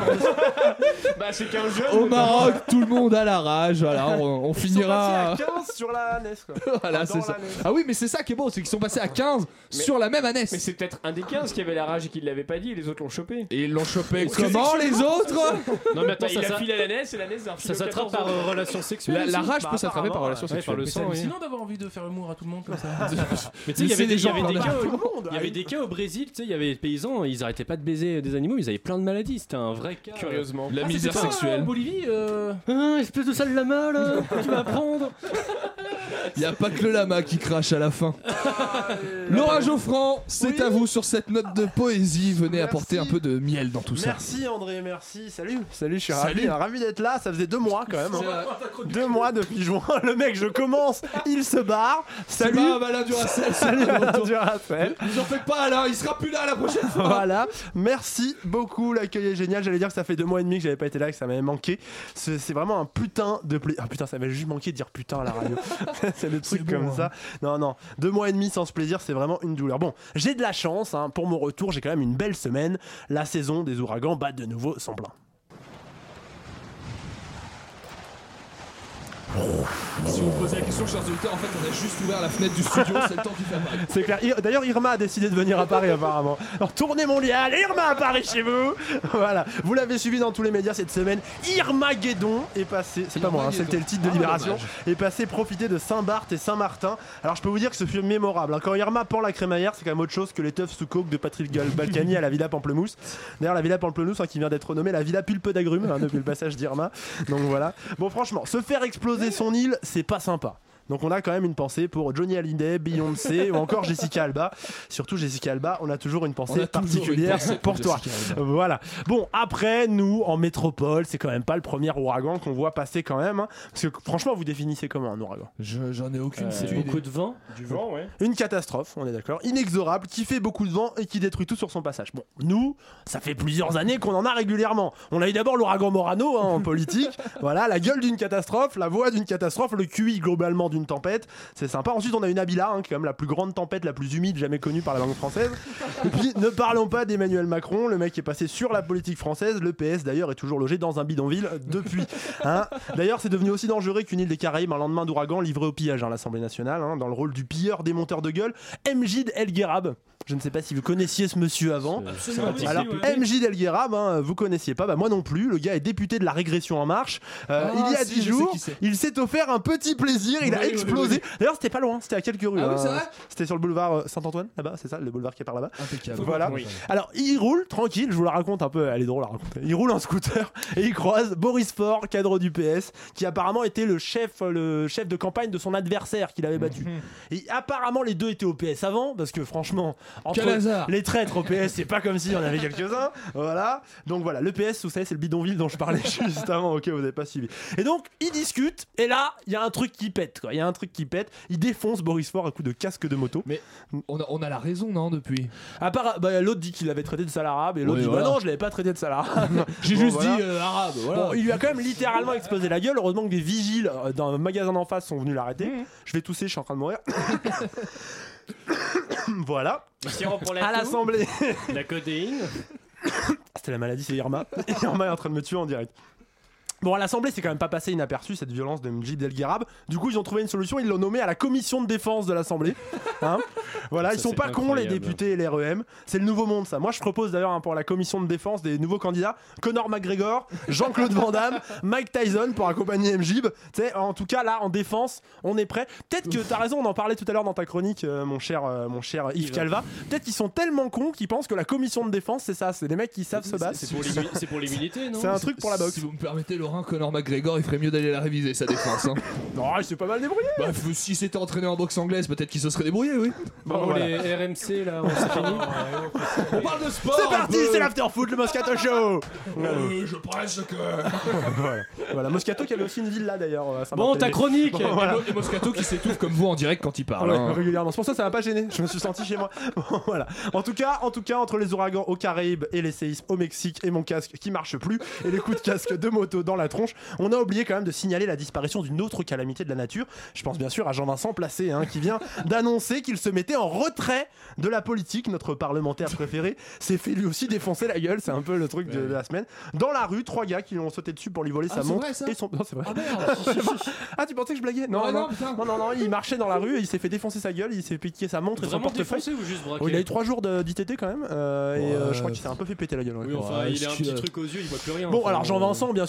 Speaker 6: Bah, c'est qu'un jeune.
Speaker 2: Au Maroc, tout le monde a la rage. Voilà, on, on
Speaker 4: Ils sont
Speaker 2: finira.
Speaker 4: partis à quinze sur la ânesse quoi.
Speaker 2: Voilà,
Speaker 4: Dans
Speaker 2: c'est ça.
Speaker 4: l'ânesse.
Speaker 2: Ah oui, mais c'est ça qui est beau, c'est qu'ils sont passés à quinze
Speaker 6: Mais-
Speaker 2: sur la même année.
Speaker 6: Mais c'est peut-être un des quinze qui avait la rage et qui ne l'avait pas dit et les autres l'ont chopé.
Speaker 2: Et ils l'ont chopé
Speaker 6: Est-ce que
Speaker 2: comment
Speaker 6: c'est
Speaker 2: les autres?
Speaker 1: Non, mais attends,
Speaker 6: Bah,
Speaker 1: ça,
Speaker 6: il a
Speaker 1: ça,
Speaker 6: filé à la naisse et la naisse a
Speaker 1: ça
Speaker 6: refilé
Speaker 1: s'attrape
Speaker 6: aux
Speaker 1: par
Speaker 6: quatorze.
Speaker 1: euh, relation sexuelle.
Speaker 2: La, la
Speaker 1: aussi.
Speaker 2: rage
Speaker 4: Bah,
Speaker 2: peut s'attraper par
Speaker 4: apparemment,
Speaker 2: relation
Speaker 1: ouais, par
Speaker 2: sexuelle.
Speaker 1: le
Speaker 13: C'est
Speaker 1: sang, oui.
Speaker 13: hallucinant d'avoir envie de faire l'amour à tout le monde comme ça.
Speaker 1: Mais tu sais, il y avait des, il y avait des cas,
Speaker 4: Tout
Speaker 1: au-
Speaker 4: le monde.
Speaker 1: il y avait des cas au Brésil, tu sais, il y avait des paysans, ils arrêtaient pas de baiser des animaux, ils avaient plein de maladies, c'était un vrai cas.
Speaker 6: Curieusement.
Speaker 2: La
Speaker 13: Ah,
Speaker 2: misère
Speaker 13: c'était pas, euh,
Speaker 2: sexuelle.
Speaker 13: En Bolivie, euh,
Speaker 1: Ah, espèce de sale lama là, tu vas prendre.
Speaker 2: Y a pas que le lama qui crache à la fin. Laura Geoffrand, c'est
Speaker 4: Oui.
Speaker 2: à vous sur cette note de poésie. Venez
Speaker 4: Merci.
Speaker 2: apporter un peu de miel dans tout ça.
Speaker 4: Merci André, merci. Salut, salut, je suis
Speaker 2: Salut.
Speaker 4: ravi, ravi d'être là. Ça faisait deux mois quand même.
Speaker 2: C'est
Speaker 4: hein.
Speaker 2: vrai.
Speaker 4: Deux mois depuis juin. Le mec, je commence, il se barre. Salut.
Speaker 2: C'est pas Alain Duracell.
Speaker 4: Salut Alain Duracell.
Speaker 2: Vous en faites pas Alain, il sera plus là la prochaine fois.
Speaker 4: Voilà, merci beaucoup, l'accueil est génial. J'allais dire que ça fait deux mois et demi que j'avais pas été là, que ça m'avait manqué. C'est c'est vraiment un putain de plaisir. Ah putain, ça m'avait juste manqué de dire putain à la radio. C'est le truc
Speaker 2: bon,
Speaker 4: comme
Speaker 2: hein.
Speaker 4: ça. Non, non, deux mois et demi sans ce plaisir, c'est vraiment une douleur. Bon, j'ai de la chance, hein. Pour mon retour, j'ai quand même une belle semaine. La saison des ouragans bat de nouveau son plein.
Speaker 2: Si vous me posez la question, chers auditeurs, en fait, on a juste ouvert la fenêtre du studio, c'est le temps qu'il fait mal.
Speaker 4: C'est clair. Ir- D'ailleurs, Irma a décidé de venir à Paris apparemment. Alors, tournée mondiale, Irma à Paris chez vous. Voilà. Vous l'avez suivi dans tous les médias cette semaine. Irma Guédon est passé. C'est pas moi, hein, c'était le titre de
Speaker 2: Ah,
Speaker 4: Libération.
Speaker 2: dommage.
Speaker 4: Est passé profiter de Saint-Barth et Saint-Martin. Alors, je peux vous dire que ce fut mémorable. hein. Quand Irma pend la crémaillère, c'est quand même autre chose que les teufs sous coke de Patrick Gal- Balkany à la Villa Pamplemousse. D'ailleurs, la Villa Pamplemousse hein, qui vient d'être renommée la Villa Pulpe d'Agrumes hein, depuis le passage d'Irma. Donc voilà. Bon, franchement, se faire exploser son île, c'est pas sympa. Donc on a quand même une pensée pour Johnny Hallyday, Beyoncé ou encore Jessica Alba. Surtout Jessica Alba, on a toujours une pensée
Speaker 2: On a toujours
Speaker 4: particulière
Speaker 2: une pensée
Speaker 4: pour
Speaker 2: pour
Speaker 4: toi.
Speaker 2: Jessica Alba.
Speaker 4: Voilà. Bon, après, nous, en métropole, c'est quand même pas le premier ouragan qu'on voit passer quand même. hein. Parce que franchement, vous définissez comment un ouragan?
Speaker 2: Je- J'en ai aucune
Speaker 1: Euh,
Speaker 2: c'est
Speaker 1: beaucoup de vent.
Speaker 6: Du vent, ouais.
Speaker 4: Une catastrophe, on est d'accord, inexorable, qui fait beaucoup de vent et qui détruit tout sur son passage. Bon, nous, ça fait plusieurs années qu'on en a régulièrement. On a eu d'abord l'ouragan Morano hein, en politique, voilà, la gueule d'une catastrophe, la voix d'une catastrophe, le Q I globalement d'une tempête, c'est sympa. Ensuite, on a eu Nabila, hein, qui est quand même la plus grande tempête, la plus humide jamais connue par la langue française. Et puis, ne parlons pas d'Emmanuel Macron, le mec qui est passé sur la politique française, le P S d'ailleurs est toujours logé dans un bidonville depuis. hein. D'ailleurs, c'est devenu aussi dangereux qu'une île des Caraïbes un lendemain d'ouragan livré au pillage, hein, l'Assemblée nationale, hein, dans le rôle du pilleur démonteur de gueule, Mjid El Guerab. Je ne sais pas si vous connaissiez ce monsieur avant.
Speaker 1: Absolument.
Speaker 4: Alors,
Speaker 1: Ouais.
Speaker 4: Mjid El Guerab, hein, vous connaissiez pas, bah moi non plus. Le gars est député de la régression en marche. Euh,
Speaker 2: Ah,
Speaker 4: il y a
Speaker 2: si,
Speaker 4: dix
Speaker 2: je sais
Speaker 4: jours,
Speaker 2: qui c'est.
Speaker 4: il s'est offert un petit plaisir. Il a
Speaker 2: Oui, oui,
Speaker 4: explosé.
Speaker 2: oui, oui.
Speaker 4: D'ailleurs, c'était pas loin. C'était à quelques rues.
Speaker 2: Ah oui,
Speaker 4: hein.
Speaker 2: c'est vrai
Speaker 4: C'était sur le boulevard euh, Saint-Antoine, là-bas. C'est ça, le boulevard qui est par là-bas.
Speaker 2: Impeccable.
Speaker 4: Voilà.
Speaker 2: Oui.
Speaker 4: Alors, il roule tranquille. Je vous la raconte un peu. Elle est drôle à raconter. Il roule en scooter et il croise Boris Faure, cadre du P S, qui apparemment était le chef, le chef de campagne de son adversaire qu'il avait battu. Et apparemment, les deux étaient au P S avant, parce que franchement, entre
Speaker 2: Quel hasard.
Speaker 4: les traîtres au P S, c'est pas comme s'il y en avait quelques-uns. Voilà. Donc voilà, le P S, vous savez, c'est le bidonville dont je parlais juste avant. Ok, vous n'avez pas suivi. Et donc, ils discutent. Et là, il y a un truc qui pète. quoi. Il y a un truc qui pète. Il défonce Boris Faure à coup de casque de moto.
Speaker 2: Mais on a, on a la raison, non, depuis
Speaker 4: À part, bah, l'autre dit qu'il l'avait traité de sale arabe. Et l'autre
Speaker 2: Oui,
Speaker 4: dit,
Speaker 2: voilà.
Speaker 4: bah non, je l'avais pas traité de sale arabe.
Speaker 2: J'ai
Speaker 4: Bon,
Speaker 2: juste
Speaker 4: voilà.
Speaker 2: dit euh, arabe, voilà.
Speaker 4: Bon, il lui a quand même littéralement explosé la gueule. Heureusement que des vigiles euh, dans un magasin d'en face sont venus l'arrêter. Je vais tousser, je suis en train de mourir. Voilà.
Speaker 1: Pour la
Speaker 4: À
Speaker 1: toux,
Speaker 4: l'Assemblée.
Speaker 1: la codéine.
Speaker 4: C'était la maladie, c'est Irma. Irma est en train de me tuer en direct. Bon, à l'Assemblée, c'est quand même pas passé inaperçu cette violence de Mjid El Guerab. Du coup, ils ont trouvé une solution, ils l'ont nommé à la commission de défense de l'Assemblée. Hein voilà,
Speaker 1: Ça,
Speaker 4: ils sont
Speaker 1: c'est
Speaker 4: pas cons, les
Speaker 1: incroyable.
Speaker 4: députés et les R E M. C'est le nouveau monde, ça. Moi, je propose d'ailleurs hein, pour la commission de défense des nouveaux candidats Conor McGregor, Jean-Claude Van Damme, Mike Tyson pour accompagner Mjib. Tu sais, en tout cas, là, en défense, on est prêt. Peut-être que t'as raison, on en parlait tout à l'heure dans ta chronique, euh, mon cher, euh, mon cher Yves Calva. Peut-être qu'ils sont tellement cons qu'ils pensent que la commission de défense, c'est ça. C'est des mecs qui savent se battre.
Speaker 1: C'est pour l'humi- c'est pour l'humilité, non
Speaker 4: C'est un truc pour la boxe.
Speaker 2: Si vous me permettez, Laurent, Conor McGregor, il ferait mieux d'aller la réviser, sa défense. Hein.
Speaker 4: Non, il s'est pas mal débrouillé.
Speaker 2: Bah, f- si c'était entraîné en boxe anglaise, peut-être qu'il se serait débrouillé, oui.
Speaker 1: Bon,
Speaker 4: Bon, voilà.
Speaker 1: les R M C là, on s'est fini.
Speaker 2: On parle de sport.
Speaker 4: C'est parti, c'est l'after-foot, le Moscato Show.
Speaker 2: Euh, je presse que.
Speaker 4: voilà. voilà, Moscato qui avait aussi une villa d'ailleurs. à
Speaker 1: Bon, ta
Speaker 4: Saint-Barthélemy.
Speaker 1: chronique.
Speaker 4: Bon, voilà.
Speaker 2: Et Moscato qui s'étouffe comme vous en direct quand il parle.
Speaker 4: Ouais,
Speaker 2: hein.
Speaker 4: régulièrement. C'est pour ça que ça m'a pas gêné. Je me suis senti chez moi. Bon, voilà. En tout cas, en tout cas, entre les ouragans aux Caraïbes et les séismes au Mexique et mon casque qui marche plus et les coups de casque de moto dans la tronche, on a oublié quand même de signaler la disparition d'une autre calamité de la nature. Je pense bien sûr à Jean-Vincent Placé, hein, qui vient d'annoncer qu'il se mettait en retrait de la politique. Notre parlementaire préféré s'est fait lui aussi défoncer la gueule. C'est un peu le truc de, de la semaine. Dans la rue, trois gars qui lui ont sauté dessus pour lui voler
Speaker 2: Ah,
Speaker 4: sa
Speaker 2: c'est
Speaker 4: montre
Speaker 2: vrai, ça
Speaker 4: et son. Non, c'est vrai.
Speaker 2: Ah merde.
Speaker 4: Ah, tu pensais que je blaguais? Non,
Speaker 2: Ouais,
Speaker 4: non,
Speaker 2: non, putain.
Speaker 4: non, non, non, il marchait dans la rue et il s'est fait défoncer sa gueule, il s'est piqué sa montre et son
Speaker 1: Vraiment
Speaker 4: portefeuille.
Speaker 1: défoncé ou juste braqué?
Speaker 4: Oh, il a eu trois jours d'I T T quand même, euh, et euh,
Speaker 2: Ouais.
Speaker 4: je crois qu'il s'est un peu fait péter la gueule. ouais.
Speaker 1: Oui, enfin,
Speaker 2: Ouais,
Speaker 1: il a un
Speaker 2: excuse-
Speaker 1: petit truc aux yeux, il voit plus rien.
Speaker 4: Bon,
Speaker 1: Enfin,
Speaker 4: alors
Speaker 1: euh,
Speaker 4: Jean-Vincent, bien sûr, on ne s'est pas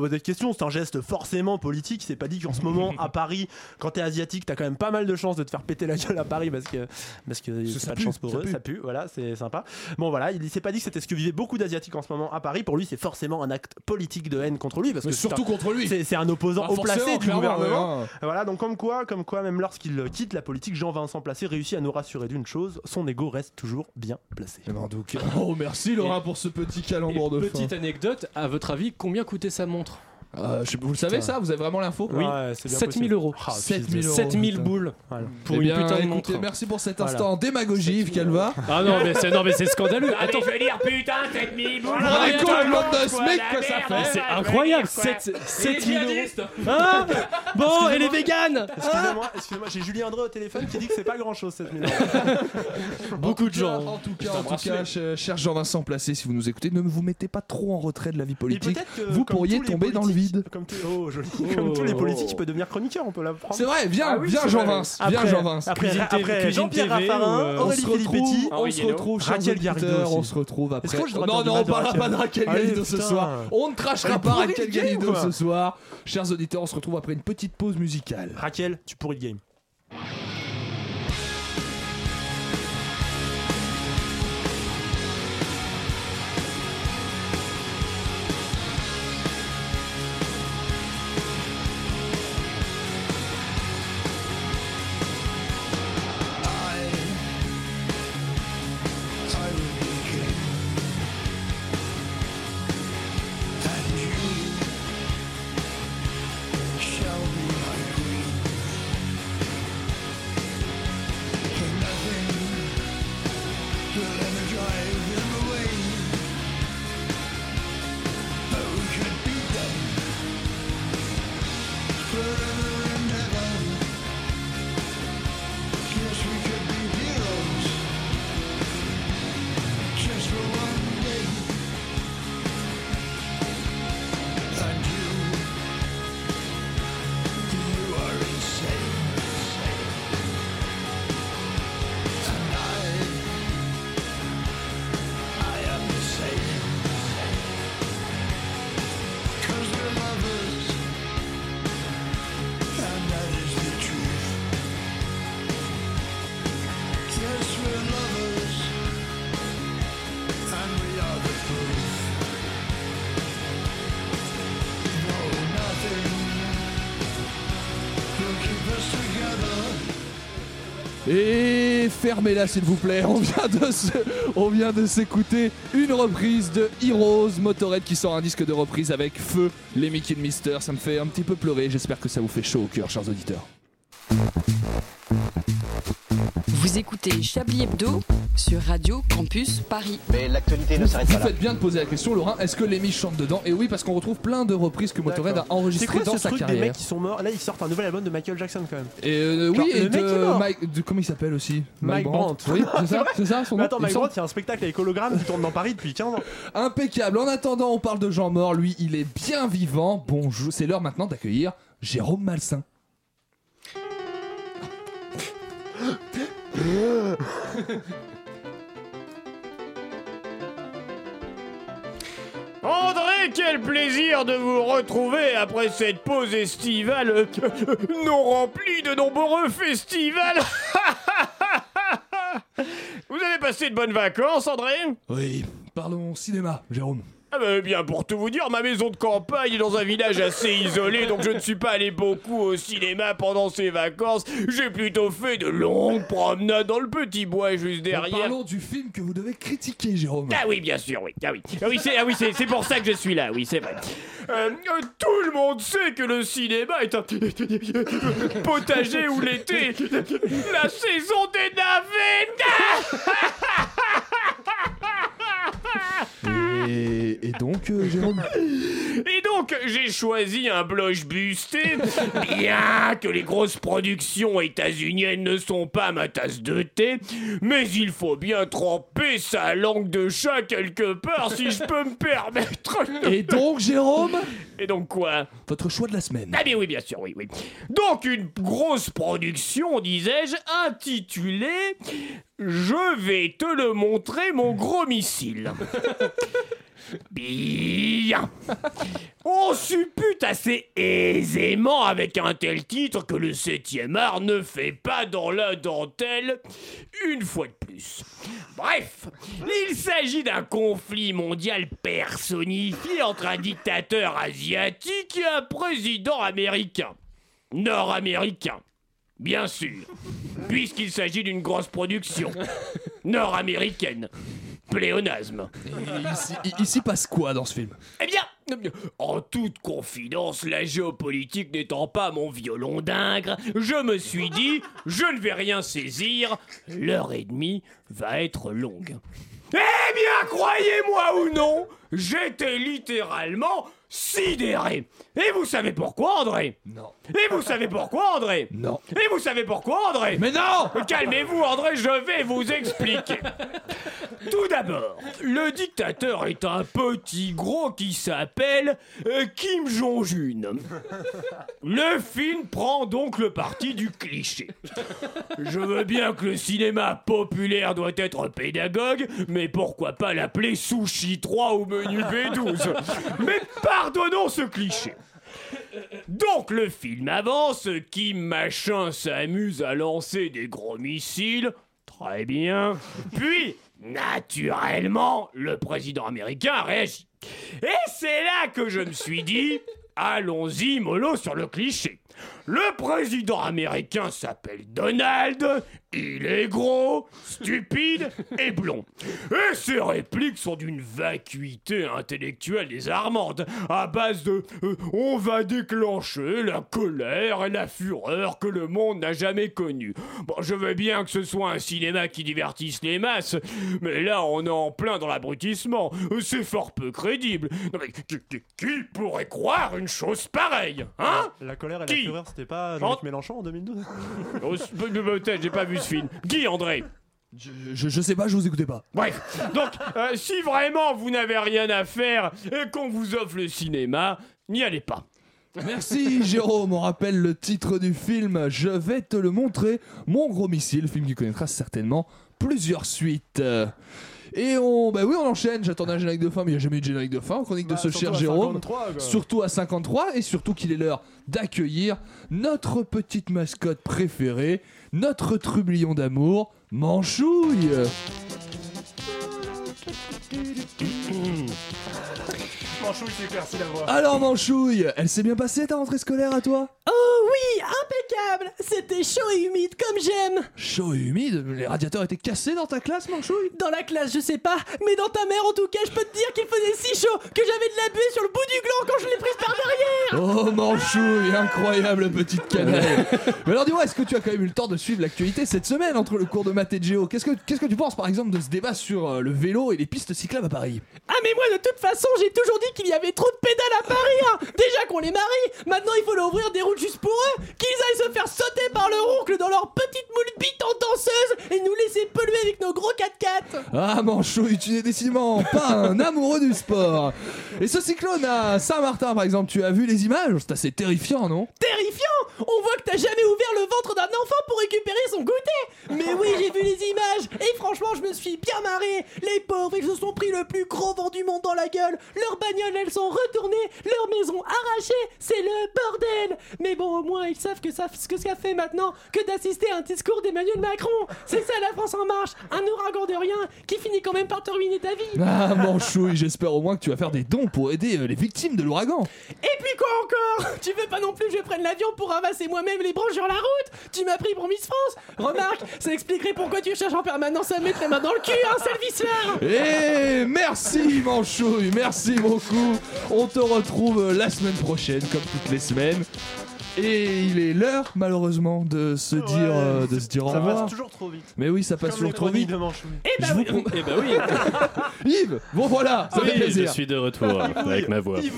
Speaker 4: poser de questions. C'est un geste forcément politique. Il s'est pas dit qu'en ce moment, à Paris, quand t'es asiatique, t'as quand même pas mal de chances de te faire péter la gueule à Paris parce que parce que c'est pas de chance pour
Speaker 2: ça
Speaker 4: eux.
Speaker 2: pue.
Speaker 4: Ça pue, voilà, c'est sympa. Bon, voilà, il s'est pas dit que c'était ce que vivaient beaucoup d'asiatiques en ce moment à Paris. Pour lui, c'est forcément un acte politique de haine contre lui parce
Speaker 2: Mais
Speaker 4: que
Speaker 2: surtout
Speaker 4: c'est un-
Speaker 2: contre lui.
Speaker 4: C'est, c'est un opposant
Speaker 2: Bah,
Speaker 4: haut placé
Speaker 2: forcément,
Speaker 4: du
Speaker 2: clairement,
Speaker 4: gouvernement.
Speaker 2: ouais, hein.
Speaker 4: Voilà, donc comme quoi, comme quoi, même lorsqu'il quitte la politique, Jean-Vincent Placé réussit à nous rassurer d'une chose, son ego reste toujours bien placé.
Speaker 2: Donc, oh merci Laura pour ce petit calembour de fin.
Speaker 1: Petite anecdote, à votre avis, combien coûtait sa montre?
Speaker 2: Euh, je sais- vous le savez ça? Vous avez vraiment l'info?
Speaker 1: Oui,
Speaker 4: Ouais, c'est bien
Speaker 1: sept mille
Speaker 4: possible.
Speaker 1: euros.
Speaker 4: Ah,
Speaker 2: sept mille euros.
Speaker 1: sept mille
Speaker 2: putain.
Speaker 1: boules
Speaker 4: Voilà.
Speaker 1: pour
Speaker 2: Eh
Speaker 1: une
Speaker 2: bien,
Speaker 1: putain de
Speaker 2: écoutez,
Speaker 1: montre.
Speaker 2: merci pour cet
Speaker 4: Voilà.
Speaker 2: instant en démagogie, Yves Calva.
Speaker 1: Ah non, mais c'est, non, mais c'est scandaleux.
Speaker 3: Attends,
Speaker 1: Attends,
Speaker 3: je veux dire, putain, sept mille boules.
Speaker 2: Vous vous rendez compte le nombre de SMIC que ça fait?
Speaker 1: c'est incroyable, sept mille euros. Ah bon,
Speaker 4: Excusez-moi.
Speaker 1: elle est végane.
Speaker 4: Excusez-moi, excusez-moi, j'ai Julien André au téléphone qui dit que c'est pas grand chose sept mille euros.
Speaker 1: Beaucoup de gens.
Speaker 2: En tout cas, en tout cas, ch- cher Jean-Vincent Placé, si vous nous écoutez, ne vous mettez pas trop en retrait de la vie
Speaker 4: Et
Speaker 2: politique.
Speaker 4: peut-être que,
Speaker 2: Vous
Speaker 4: comme
Speaker 2: pourriez
Speaker 4: tous les
Speaker 2: tomber dans le
Speaker 4: politiques-
Speaker 2: vide.
Speaker 4: Comme, tous- oh, joli. Comme tous les politiques, il peut devenir chroniqueur, on peut l'apprendre.
Speaker 2: C'est vrai, viens,
Speaker 4: Ah oui,
Speaker 2: viens
Speaker 4: c'est
Speaker 2: Jean-Vince,
Speaker 4: vrai.
Speaker 2: viens
Speaker 4: Après-
Speaker 2: Jean-Vince.
Speaker 4: Après,
Speaker 1: Cuisine T V,
Speaker 4: après
Speaker 1: Cuisine
Speaker 4: Jean-Pierre
Speaker 1: T V,
Speaker 4: Raffarin,
Speaker 1: ou, euh,
Speaker 2: On
Speaker 4: Aurélie
Speaker 2: se retrouve,
Speaker 4: Filippetti.
Speaker 2: on se retrouve, chers
Speaker 4: Raquel Garrido
Speaker 2: auditeurs,
Speaker 4: aussi.
Speaker 2: on se retrouve
Speaker 4: Est-ce
Speaker 2: après.
Speaker 4: que je devrais
Speaker 2: Non,
Speaker 4: faire du
Speaker 2: non,
Speaker 4: mal
Speaker 2: on
Speaker 4: de
Speaker 2: parlera
Speaker 4: Raquel
Speaker 2: pas de Raquel
Speaker 4: Allez,
Speaker 2: Garrido ce
Speaker 4: putain.
Speaker 2: soir. On ne trashera
Speaker 4: Elle
Speaker 2: pas
Speaker 4: pourrit
Speaker 2: Raquel
Speaker 4: le game,
Speaker 2: Garrido
Speaker 4: quoi.
Speaker 2: ce soir. Chers auditeurs, on se retrouve après une petite pause musicale.
Speaker 4: Raquel, tu pourris le game.
Speaker 2: Et fermez-la s'il vous plaît, on vient de se, on vient de s'écouter une reprise de Heroes, Motorhead qui sort un disque de reprise avec Feu, les Mickey Mister, ça me fait un petit peu pleurer, j'espère que ça vous fait chaud au cœur chers auditeurs.
Speaker 11: Vous écoutez Chablis Hebdo sur Radio Campus Paris.
Speaker 9: Mais l'actualité ne
Speaker 2: Vous,
Speaker 9: s'arrête
Speaker 2: vous
Speaker 9: pas là.
Speaker 2: faites bien de poser la question Laurent, est-ce que Lemmy chante dedans? Et oui parce qu'on retrouve plein de reprises que Motorhead a
Speaker 4: D'accord.
Speaker 2: enregistrées
Speaker 4: C'est quoi
Speaker 2: dans
Speaker 4: ce
Speaker 2: sa
Speaker 4: truc
Speaker 2: carrière.
Speaker 4: des mecs qui sont morts? Là, ils sortent un nouvel album de Michael Jackson quand même.
Speaker 2: Et euh,
Speaker 4: Genre,
Speaker 2: oui, et
Speaker 4: le mec est
Speaker 2: de
Speaker 4: mort.
Speaker 2: Mike, de comment il s'appelle aussi?
Speaker 4: Mike Brandt.
Speaker 2: Oui, c'est ça, c'est ça son
Speaker 4: Mais
Speaker 2: nom.
Speaker 4: attends,
Speaker 2: il me
Speaker 4: Mike
Speaker 2: semble.
Speaker 4: Brandt, il y a un spectacle avec hologramme qui tourne dans Paris depuis quinze ans.
Speaker 2: Impeccable. En attendant, on parle de gens morts. Lui, il est bien vivant. Bonjour. C'est l'heure maintenant d'accueillir Jérôme Malsain.
Speaker 3: André, quel plaisir de vous retrouver après cette pause estivale euh, non remplie de nombreux festivals. Vous avez passé de bonnes vacances, André?
Speaker 2: Oui, parlons cinéma, Jérôme.
Speaker 3: Ah bah, bien, pour tout vous dire, ma maison de campagne est dans un village assez isolé, donc je ne suis pas allé beaucoup au cinéma pendant ces vacances. J'ai plutôt fait de longues promenades dans le petit bois juste derrière.
Speaker 2: Parlons du film que vous devez critiquer, Jérôme.
Speaker 3: Ah oui, bien sûr, oui. Ah oui, ah oui, c'est, ah oui, c'est, c'est pour ça que je suis là, oui, c'est vrai. Euh, euh, tout le monde sait que le cinéma est un potager où l'été, la saison des navets.
Speaker 2: Et, et donc, euh, Jérôme
Speaker 3: Et donc, j'ai choisi un bloche busté, bien que les grosses productions états-uniennes ne sont pas ma tasse de thé, mais il faut bien tremper sa langue de chat quelque part, si je peux me permettre.
Speaker 2: Et donc, Jérôme
Speaker 3: Et donc quoi?
Speaker 2: Votre choix de la semaine.
Speaker 3: Ah bien oui, bien sûr, oui, oui. Donc, une grosse production, disais-je, intitulée « Je vais te le montrer, mon gros missile ». Bien. On suppute assez aisément avec un tel titre que le septième art ne fait pas dans la dentelle une fois de plus. Bref, il s'agit d'un conflit mondial personnifié entre un dictateur asiatique et un président américain. Nord-américain, bien sûr, puisqu'il s'agit d'une grosse production nord-américaine. Pléonasme.
Speaker 2: Et ici, ici passe quoi dans ce film?
Speaker 3: Eh bien, en toute confidence, la géopolitique n'étant pas mon violon d'ingre, je me suis dit, je ne vais rien saisir, l'heure et demie va être longue. Eh bien, croyez-moi ou non, j'étais littéralement sidéré. Et vous savez pourquoi, André?
Speaker 2: Non.
Speaker 3: Et vous savez pourquoi, André?
Speaker 2: Non.
Speaker 3: Et vous savez pourquoi, André?
Speaker 2: Mais non!
Speaker 3: Calmez-vous, André, je vais vous expliquer. Tout d'abord, le dictateur est un petit gros qui s'appelle euh, Kim Jong-un. Le film prend donc le parti du cliché. Je veux bien que le cinéma populaire doit être pédagogue, mais pourquoi pas l'appeler Sushi trois ou Menu B douze? Mais pardonnons ce cliché. Donc le film avance, Kim Machin s'amuse à lancer des gros missiles, très bien. Puis, naturellement, le président américain réagit. Et c'est là que je me suis dit, allons-y mollo sur le cliché. Le président américain s'appelle Donald, il est gros, stupide et blond. Et ses répliques sont d'une vacuité intellectuelle désarmante, à base de euh, « on va déclencher la colère et la fureur que le monde n'a jamais connue ». Bon, je veux bien que ce soit un cinéma qui divertisse les masses, mais là on est en plein dans l'abrutissement, c'est fort peu crédible. Non mais qui, qui, qui pourrait croire une chose pareille, hein?
Speaker 4: La colère et
Speaker 3: Qui
Speaker 4: la fureur, c'était pas Jean-Luc Mélenchon en deux mille douze?
Speaker 3: Oh, peut-être, j'ai pas vu ce film. Qui, André?
Speaker 2: Je, je, je sais pas, je vous écoutais pas.
Speaker 3: Bref, donc, euh, si vraiment vous n'avez rien à faire et qu'on vous offre le cinéma, n'y allez pas.
Speaker 2: Merci Jérôme, on rappelle le titre du film, je vais te le montrer, Mon gros missile, film qui connaîtra certainement plusieurs suites. Et on, bah oui, on enchaîne. J'attendais un générique de fin, mais il n'y a jamais eu de générique de fin en chronique bah, de ce cher Jérôme. Surtout à cinquante-trois, et surtout qu'il est l'heure d'accueillir notre petite mascotte préférée, notre trublion d'amour, Manchouille.
Speaker 4: Manchouille, c'est éclairci la voix.
Speaker 2: Alors Manchouille, elle s'est bien passée ta rentrée scolaire à toi?
Speaker 1: Oh oui, impeccable. C'était chaud et humide comme j'aime.
Speaker 2: Chaud et humide? Les radiateurs étaient cassés dans ta classe, Manchouille?
Speaker 1: Dans la classe, je sais pas, mais dans ta mère en tout cas, je peux te dire qu'il faisait si chaud que j'avais de la buée sur le bout du gland quand je l'ai prise par derrière.
Speaker 2: Oh Manchouille, incroyable petite cannelle. Mais alors dis-moi, est-ce que tu as quand même eu le temps de suivre l'actualité cette semaine entre le cours de maths et de géo? Qu'est-ce que, qu'est-ce que tu penses par exemple de ce débat sur euh, le vélo et les pistes cyclables à Paris?
Speaker 1: Ah mais moi de toute façon, j'ai toujours dit qu'il y avait trop de pédales à Paris, hein. Déjà qu'on les marie, maintenant il faut leur ouvrir des routes juste pour eux, qu'ils aillent se faire sauter par leur oncle dans leur petite moule bite en danseuse et nous laisser polluer avec nos gros quatre-quatre.
Speaker 2: Ah Manchouille, tu n'es décidément pas un amoureux du sport. Et ce cyclone à Saint-Martin par exemple, tu as vu les images? C'est assez terrifiant, non?
Speaker 1: Terrifiant? On voit que t'as jamais ouvert le ventre d'un enfant pour récupérer son goûter. Mais oui, j'ai vu les images et franchement je me suis bien marré. Les pauvres, ils se sont pris le plus gros vent du monde dans la gueule. Leurs bagnoles, elles sont retournées, leurs maisons arrachées, c'est le bordel. Mais bon, au moins ils savent que ça, ce que ça fait maintenant que d'assister à un discours d'Emmanuel Macron. C'est ça la France en marche, un ouragan de rien qui finit quand même par te ruiner ta vie.
Speaker 2: Ah Manchouille, j'espère au moins que tu vas faire des dons pour aider euh, les victimes de l'ouragan.
Speaker 1: Et puis quoi encore? Tu veux pas non plus que je prenne l'avion pour ramasser moi-même les branches sur la route? Tu m'as pris pour Miss France? Remarque, ça expliquerait pourquoi tu cherches en permanence à mettre les mains dans le cul, hein, sale vicelard.
Speaker 2: Et merci Manchouille, merci beaucoup. On te retrouve la semaine prochaine comme toutes les semaines. Et il est l'heure malheureusement de se dire, ouais, euh, de se dire au revoir.
Speaker 4: Ça passe toujours trop vite.
Speaker 2: Mais oui, ça passe
Speaker 4: comme
Speaker 2: toujours trop vite.
Speaker 1: Et bah, oui.
Speaker 2: Pro...
Speaker 1: eh bah oui.
Speaker 2: Yves, bon voilà, ça
Speaker 1: oui,
Speaker 2: fait plaisir.
Speaker 17: Je suis de retour avec ma voix.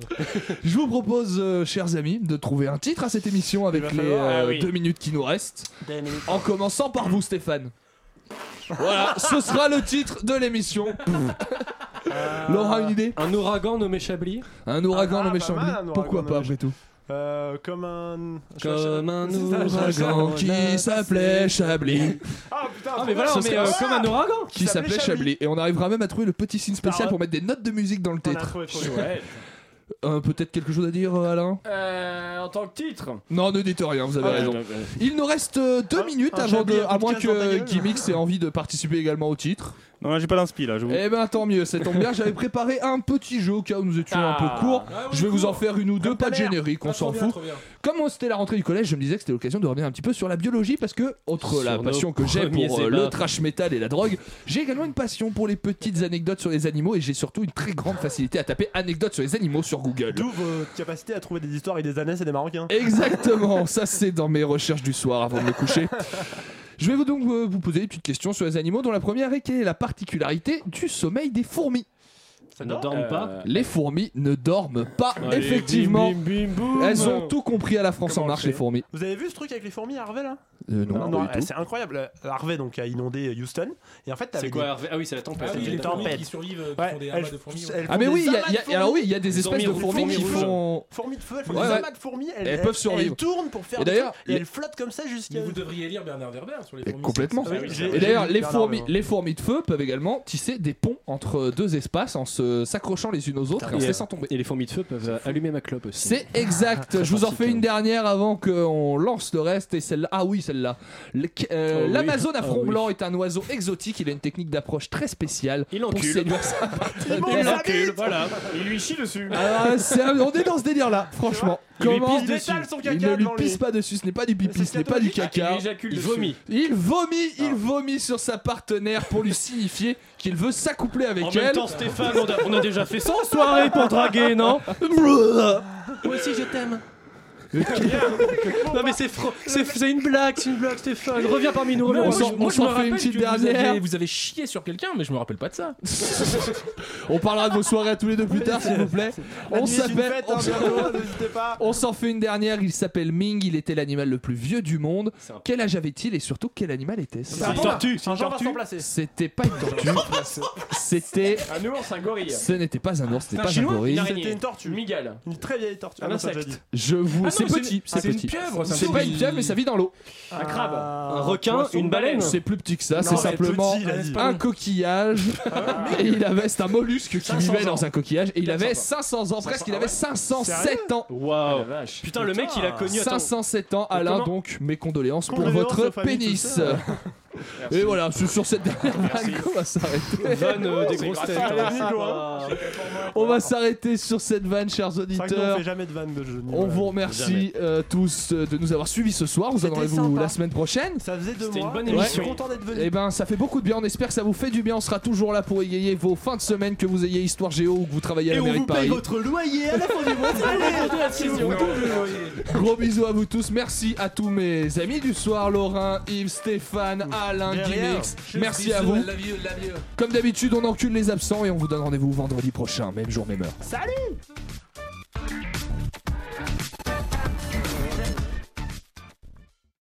Speaker 2: Je vous propose, euh, chers amis, de trouver un titre à cette émission avec les euh, ah, oui. deux minutes qui nous restent. En commençant par vous, Stéphane. Voilà, ce sera le titre de l'émission. Euh... Laura, une idée?
Speaker 1: Un ouragan nommé Chablis.
Speaker 2: Un ouragan
Speaker 4: ah,
Speaker 2: nommé
Speaker 4: pas
Speaker 2: Chablis.
Speaker 4: mal, un
Speaker 2: Pourquoi pas après tout?
Speaker 4: Euh, comme un...
Speaker 1: Comme un
Speaker 2: ouragan qui s'appelait Chablis.
Speaker 4: Ah putain,
Speaker 1: Ah, mais voilà,
Speaker 2: Ce
Speaker 1: on met
Speaker 2: serait-
Speaker 1: euh, comme un ouragan.
Speaker 2: Qui s'appelait Chablis. Et on arrivera même à trouver le petit signe spécial
Speaker 6: Alors,
Speaker 2: pour mettre des notes de musique dans le
Speaker 6: On a
Speaker 2: titre.
Speaker 6: trouvé, trouvé. Ouais.
Speaker 2: Euh, Peut-être quelque chose à dire, euh, Alain?
Speaker 6: Euh, en tant que titre.
Speaker 2: Non, ne dites rien, vous avez
Speaker 6: Ah,
Speaker 2: raison.
Speaker 6: ouais, ouais, ouais.
Speaker 2: Il nous reste euh, deux minutes
Speaker 16: un
Speaker 2: avant de.
Speaker 16: Chablis, un
Speaker 2: À moins
Speaker 16: podcast dans ta
Speaker 2: que
Speaker 16: gueule.
Speaker 2: Gimmicks ait envie de participer également au titre.
Speaker 16: Non, là j'ai pas d'inspi là, je vous.
Speaker 2: Eh ben tant mieux, ça tombe bien, j'avais préparé un petit jeu au cas où nous étions un
Speaker 6: Ah.
Speaker 2: peu courts.
Speaker 1: Ah,
Speaker 2: Je vais vous en faire une ou deux, pas de générique, on
Speaker 1: Ah,
Speaker 2: s'en
Speaker 1: trop bien,
Speaker 2: fout.
Speaker 1: trop bien.
Speaker 2: Comme c'était la rentrée du collège, je me disais que c'était l'occasion de revenir un petit peu sur la biologie parce que, outre
Speaker 1: Sur
Speaker 2: la
Speaker 1: nos
Speaker 2: passion que j'ai
Speaker 1: premiers
Speaker 2: pour euh,
Speaker 1: ébats.
Speaker 2: le trash metal et la drogue, j'ai également une passion pour les petites anecdotes sur les animaux et j'ai surtout une très grande facilité à taper anecdotes sur les animaux sur Google.
Speaker 4: D'où votre capacité à trouver des histoires avec des ânesses et des marocains.
Speaker 2: Exactement, ça c'est dans mes recherches du soir avant de me coucher. Je vais vous donc euh, vous poser des petites questions sur les animaux, dont la première est quelle est la particularité du sommeil des fourmis?
Speaker 1: Ça ne dorme pas.
Speaker 2: Les fourmis ne dorment pas,
Speaker 1: Allez,
Speaker 2: effectivement.
Speaker 1: bim, bim, bim, boum.
Speaker 2: Elles ont tout compris à la France
Speaker 4: Comment
Speaker 2: en
Speaker 4: on
Speaker 2: marche,
Speaker 4: fait
Speaker 2: les fourmis.
Speaker 4: Vous avez vu ce truc avec les fourmis à Harvey là?
Speaker 2: Euh, non,
Speaker 4: Non,
Speaker 2: pas du tout.
Speaker 4: c'est incroyable. Harvey donc a inondé Houston et en fait t'avais
Speaker 1: C'est quoi
Speaker 4: des-
Speaker 1: Hervé Ah oui, c'est la tempête.
Speaker 5: Ah oui,
Speaker 1: C'est
Speaker 5: les
Speaker 1: la
Speaker 5: fourmis
Speaker 1: tempête.
Speaker 5: qui survivent, euh, qui
Speaker 4: Ouais,
Speaker 5: font des
Speaker 4: elles-
Speaker 5: amas de fourmis.
Speaker 4: elles
Speaker 5: ouais.
Speaker 2: Ah
Speaker 4: font
Speaker 2: mais
Speaker 4: des
Speaker 2: oui, il y a-
Speaker 4: amas
Speaker 2: il y a-
Speaker 4: de fourmis.
Speaker 2: alors oui, il y a des
Speaker 1: Des
Speaker 2: espèces de
Speaker 1: fourmis
Speaker 2: fourmis
Speaker 1: rouges,
Speaker 2: qui
Speaker 1: fourmis
Speaker 2: font.
Speaker 4: Fourmis de feu, elles font
Speaker 2: Ouais,
Speaker 4: des
Speaker 2: ouais.
Speaker 4: amas de fourmis, elles,
Speaker 2: Elles peuvent survivre.
Speaker 4: Elles tournent pour faire
Speaker 2: Et
Speaker 4: des
Speaker 2: d'ailleurs,
Speaker 4: trucs, et
Speaker 2: les-
Speaker 4: elles flottent comme ça jusqu'à.
Speaker 5: Mais vous devriez lire Bernard Werber sur les
Speaker 2: Et
Speaker 5: fourmis.
Speaker 2: complètement.
Speaker 5: c'est- c'est-
Speaker 4: Oui,
Speaker 5: c'est-
Speaker 4: j'ai-
Speaker 2: Et d'ailleurs,
Speaker 4: lu
Speaker 2: les
Speaker 4: Bernard
Speaker 2: fourmis,
Speaker 4: Werber.
Speaker 2: les fourmis de feu peuvent également tisser des ponts entre deux espaces en se s'accrochant les unes aux autres et en se laissant tomber.
Speaker 1: Et les fourmis de feu peuvent euh, allumer ma clope aussi.
Speaker 2: C'est exact. Je vous en fais une dernière avant qu'on lance le reste. Et celle-là, ah oui, celle-là. Le- euh,
Speaker 1: Oh oui.
Speaker 2: L'Amazone à
Speaker 1: Oh
Speaker 2: front
Speaker 1: oui.
Speaker 2: blanc est un oiseau exotique. Il a une technique d'approche très spéciale
Speaker 1: Il
Speaker 2: pour
Speaker 1: encule.
Speaker 2: séduire sa
Speaker 1: Il encule, voilà.
Speaker 6: Il lui chie dessus.
Speaker 2: Alors, c'est un- on est dans ce délire-là, franchement.
Speaker 1: Il lui
Speaker 2: Comment
Speaker 1: pisse dessus.
Speaker 4: étale son
Speaker 2: Il
Speaker 4: caca
Speaker 2: ne lui
Speaker 4: devant lui.
Speaker 2: pisse pas dessus. Ce n'est pas du pipi, ce n'est pas du caca.
Speaker 6: Il éjacule
Speaker 1: Il
Speaker 6: dessus.
Speaker 1: vomit.
Speaker 2: Il vomit, il vomit sur sa partenaire pour lui signifier qu'il veut s'accoupler avec
Speaker 1: En
Speaker 2: elle.
Speaker 1: même temps, Stéphane, on a, on a déjà fait ça en soirée pour draguer, non? Moi aussi, je t'aime. Non mais c'est fro- c'est c'est une blague, c'est une blague, Stéphane. Reviens parmi nous. reviens.
Speaker 2: On
Speaker 1: Moi,
Speaker 2: s'en-
Speaker 1: je-
Speaker 2: on
Speaker 1: moi, je
Speaker 2: s'en
Speaker 1: me
Speaker 2: fait
Speaker 1: rappelle
Speaker 2: une petite
Speaker 1: que vous
Speaker 2: dernière.
Speaker 1: avez- Vous avez chié sur quelqu'un, mais je me rappelle pas de ça.
Speaker 2: On parlera de vos soirées à tous les deux plus tard, s'il vous plaît.
Speaker 4: La
Speaker 2: On
Speaker 4: nuit est une
Speaker 2: s'appelle.
Speaker 4: fête,
Speaker 2: on
Speaker 4: hein,
Speaker 2: s-
Speaker 4: bientôt, n'hésitez pas.
Speaker 2: On s'en fait une dernière. Il s'appelle Ming. Il était l'animal le plus vieux du monde.
Speaker 1: C'est un-
Speaker 2: Quel âge avait-il et surtout quel animal était-ce?
Speaker 4: C'est un
Speaker 1: une
Speaker 4: panda.
Speaker 1: tortue.
Speaker 4: C'est un genre Vincent Placé.
Speaker 2: C'était pas une tortue. C'était.
Speaker 6: Un ours, un gorille.
Speaker 2: Ce n'était pas un ours, c'était
Speaker 1: Un
Speaker 2: pas un
Speaker 1: chinois
Speaker 2: gorille.
Speaker 6: Une araignée.
Speaker 4: C'était une tortue.
Speaker 6: Une migale.
Speaker 4: Une très vieille tortue.
Speaker 6: Un
Speaker 4: Ah non, ça, j'ai
Speaker 6: insecte.
Speaker 4: dit.
Speaker 2: Je vous.
Speaker 1: Ah non,
Speaker 2: c'est
Speaker 1: c'est
Speaker 2: petit,
Speaker 1: une-
Speaker 2: c'est
Speaker 1: c'est une
Speaker 2: petit.
Speaker 1: pieuvre, c'est un
Speaker 2: C'est
Speaker 1: petit-
Speaker 2: pas une pieuvre, mais ça vit dans l'eau.
Speaker 6: Un crabe.
Speaker 1: Un requin,
Speaker 6: poisson,
Speaker 1: une baleine.
Speaker 2: C'est plus petit que ça.
Speaker 4: Non,
Speaker 2: C'est
Speaker 4: c'est
Speaker 2: simplement
Speaker 4: petit, il a dit.
Speaker 2: un coquillage. Et il avait. C'est un mollusque qui
Speaker 1: cinq cents
Speaker 2: vivait
Speaker 1: ans.
Speaker 2: dans un coquillage. Et il avait
Speaker 1: quatre cents
Speaker 2: cinq cents ans, presque. Il avait cinq cent sept ans.
Speaker 1: Waouh.
Speaker 6: la vache.
Speaker 1: Putain, le mec, il a connu. attends.
Speaker 2: cinq cent sept ans, Alain,
Speaker 1: comment-
Speaker 2: donc mes condoléances pour
Speaker 4: Condoléances
Speaker 2: votre
Speaker 4: aux familles,
Speaker 2: pénis.
Speaker 4: tout ça.
Speaker 2: Et voilà, sur sur cette dernière vanne, on va s'arrêter.
Speaker 1: Vanne euh, des
Speaker 6: C'est
Speaker 1: grosses
Speaker 6: grâce
Speaker 1: têtes.
Speaker 6: à la
Speaker 1: hein.
Speaker 6: vie,
Speaker 1: Ah.
Speaker 2: On va s'arrêter sur cette vanne, chers
Speaker 4: C'est vrai que nous, on
Speaker 2: auditeurs.
Speaker 4: fait jamais de vanne de jeu.
Speaker 2: On vous remercie euh, tous euh, de nous avoir suivis ce soir. Vous en
Speaker 4: C'était
Speaker 2: aurez-vous
Speaker 4: sympa.
Speaker 2: la semaine prochaine.
Speaker 4: Ça faisait deux
Speaker 1: C'était
Speaker 4: mois.
Speaker 1: une bonne
Speaker 4: et
Speaker 1: émission.
Speaker 4: Je suis content d'être venu.
Speaker 2: Et ben, ça fait beaucoup de bien. On espère que ça vous fait du bien. On sera toujours là pour égayer vos fins de semaine, que vous ayez Histoire Géo ou que vous travaillez à
Speaker 4: Et
Speaker 2: la
Speaker 4: on
Speaker 2: mairie
Speaker 4: vous
Speaker 2: de
Speaker 4: paye
Speaker 2: Paris.
Speaker 4: votre loyer à la fin du mois.
Speaker 2: Gros bisous à vous tous. Merci à tous mes amis du soir, Laurin, Yves, Stéphane, Alain,
Speaker 4: Derrière.
Speaker 2: Gimmicks. Merci à vous. Comme d'habitude, on encule les absents et on vous donne rendez-vous vendredi prochain, même jour, même heure.
Speaker 4: Salut.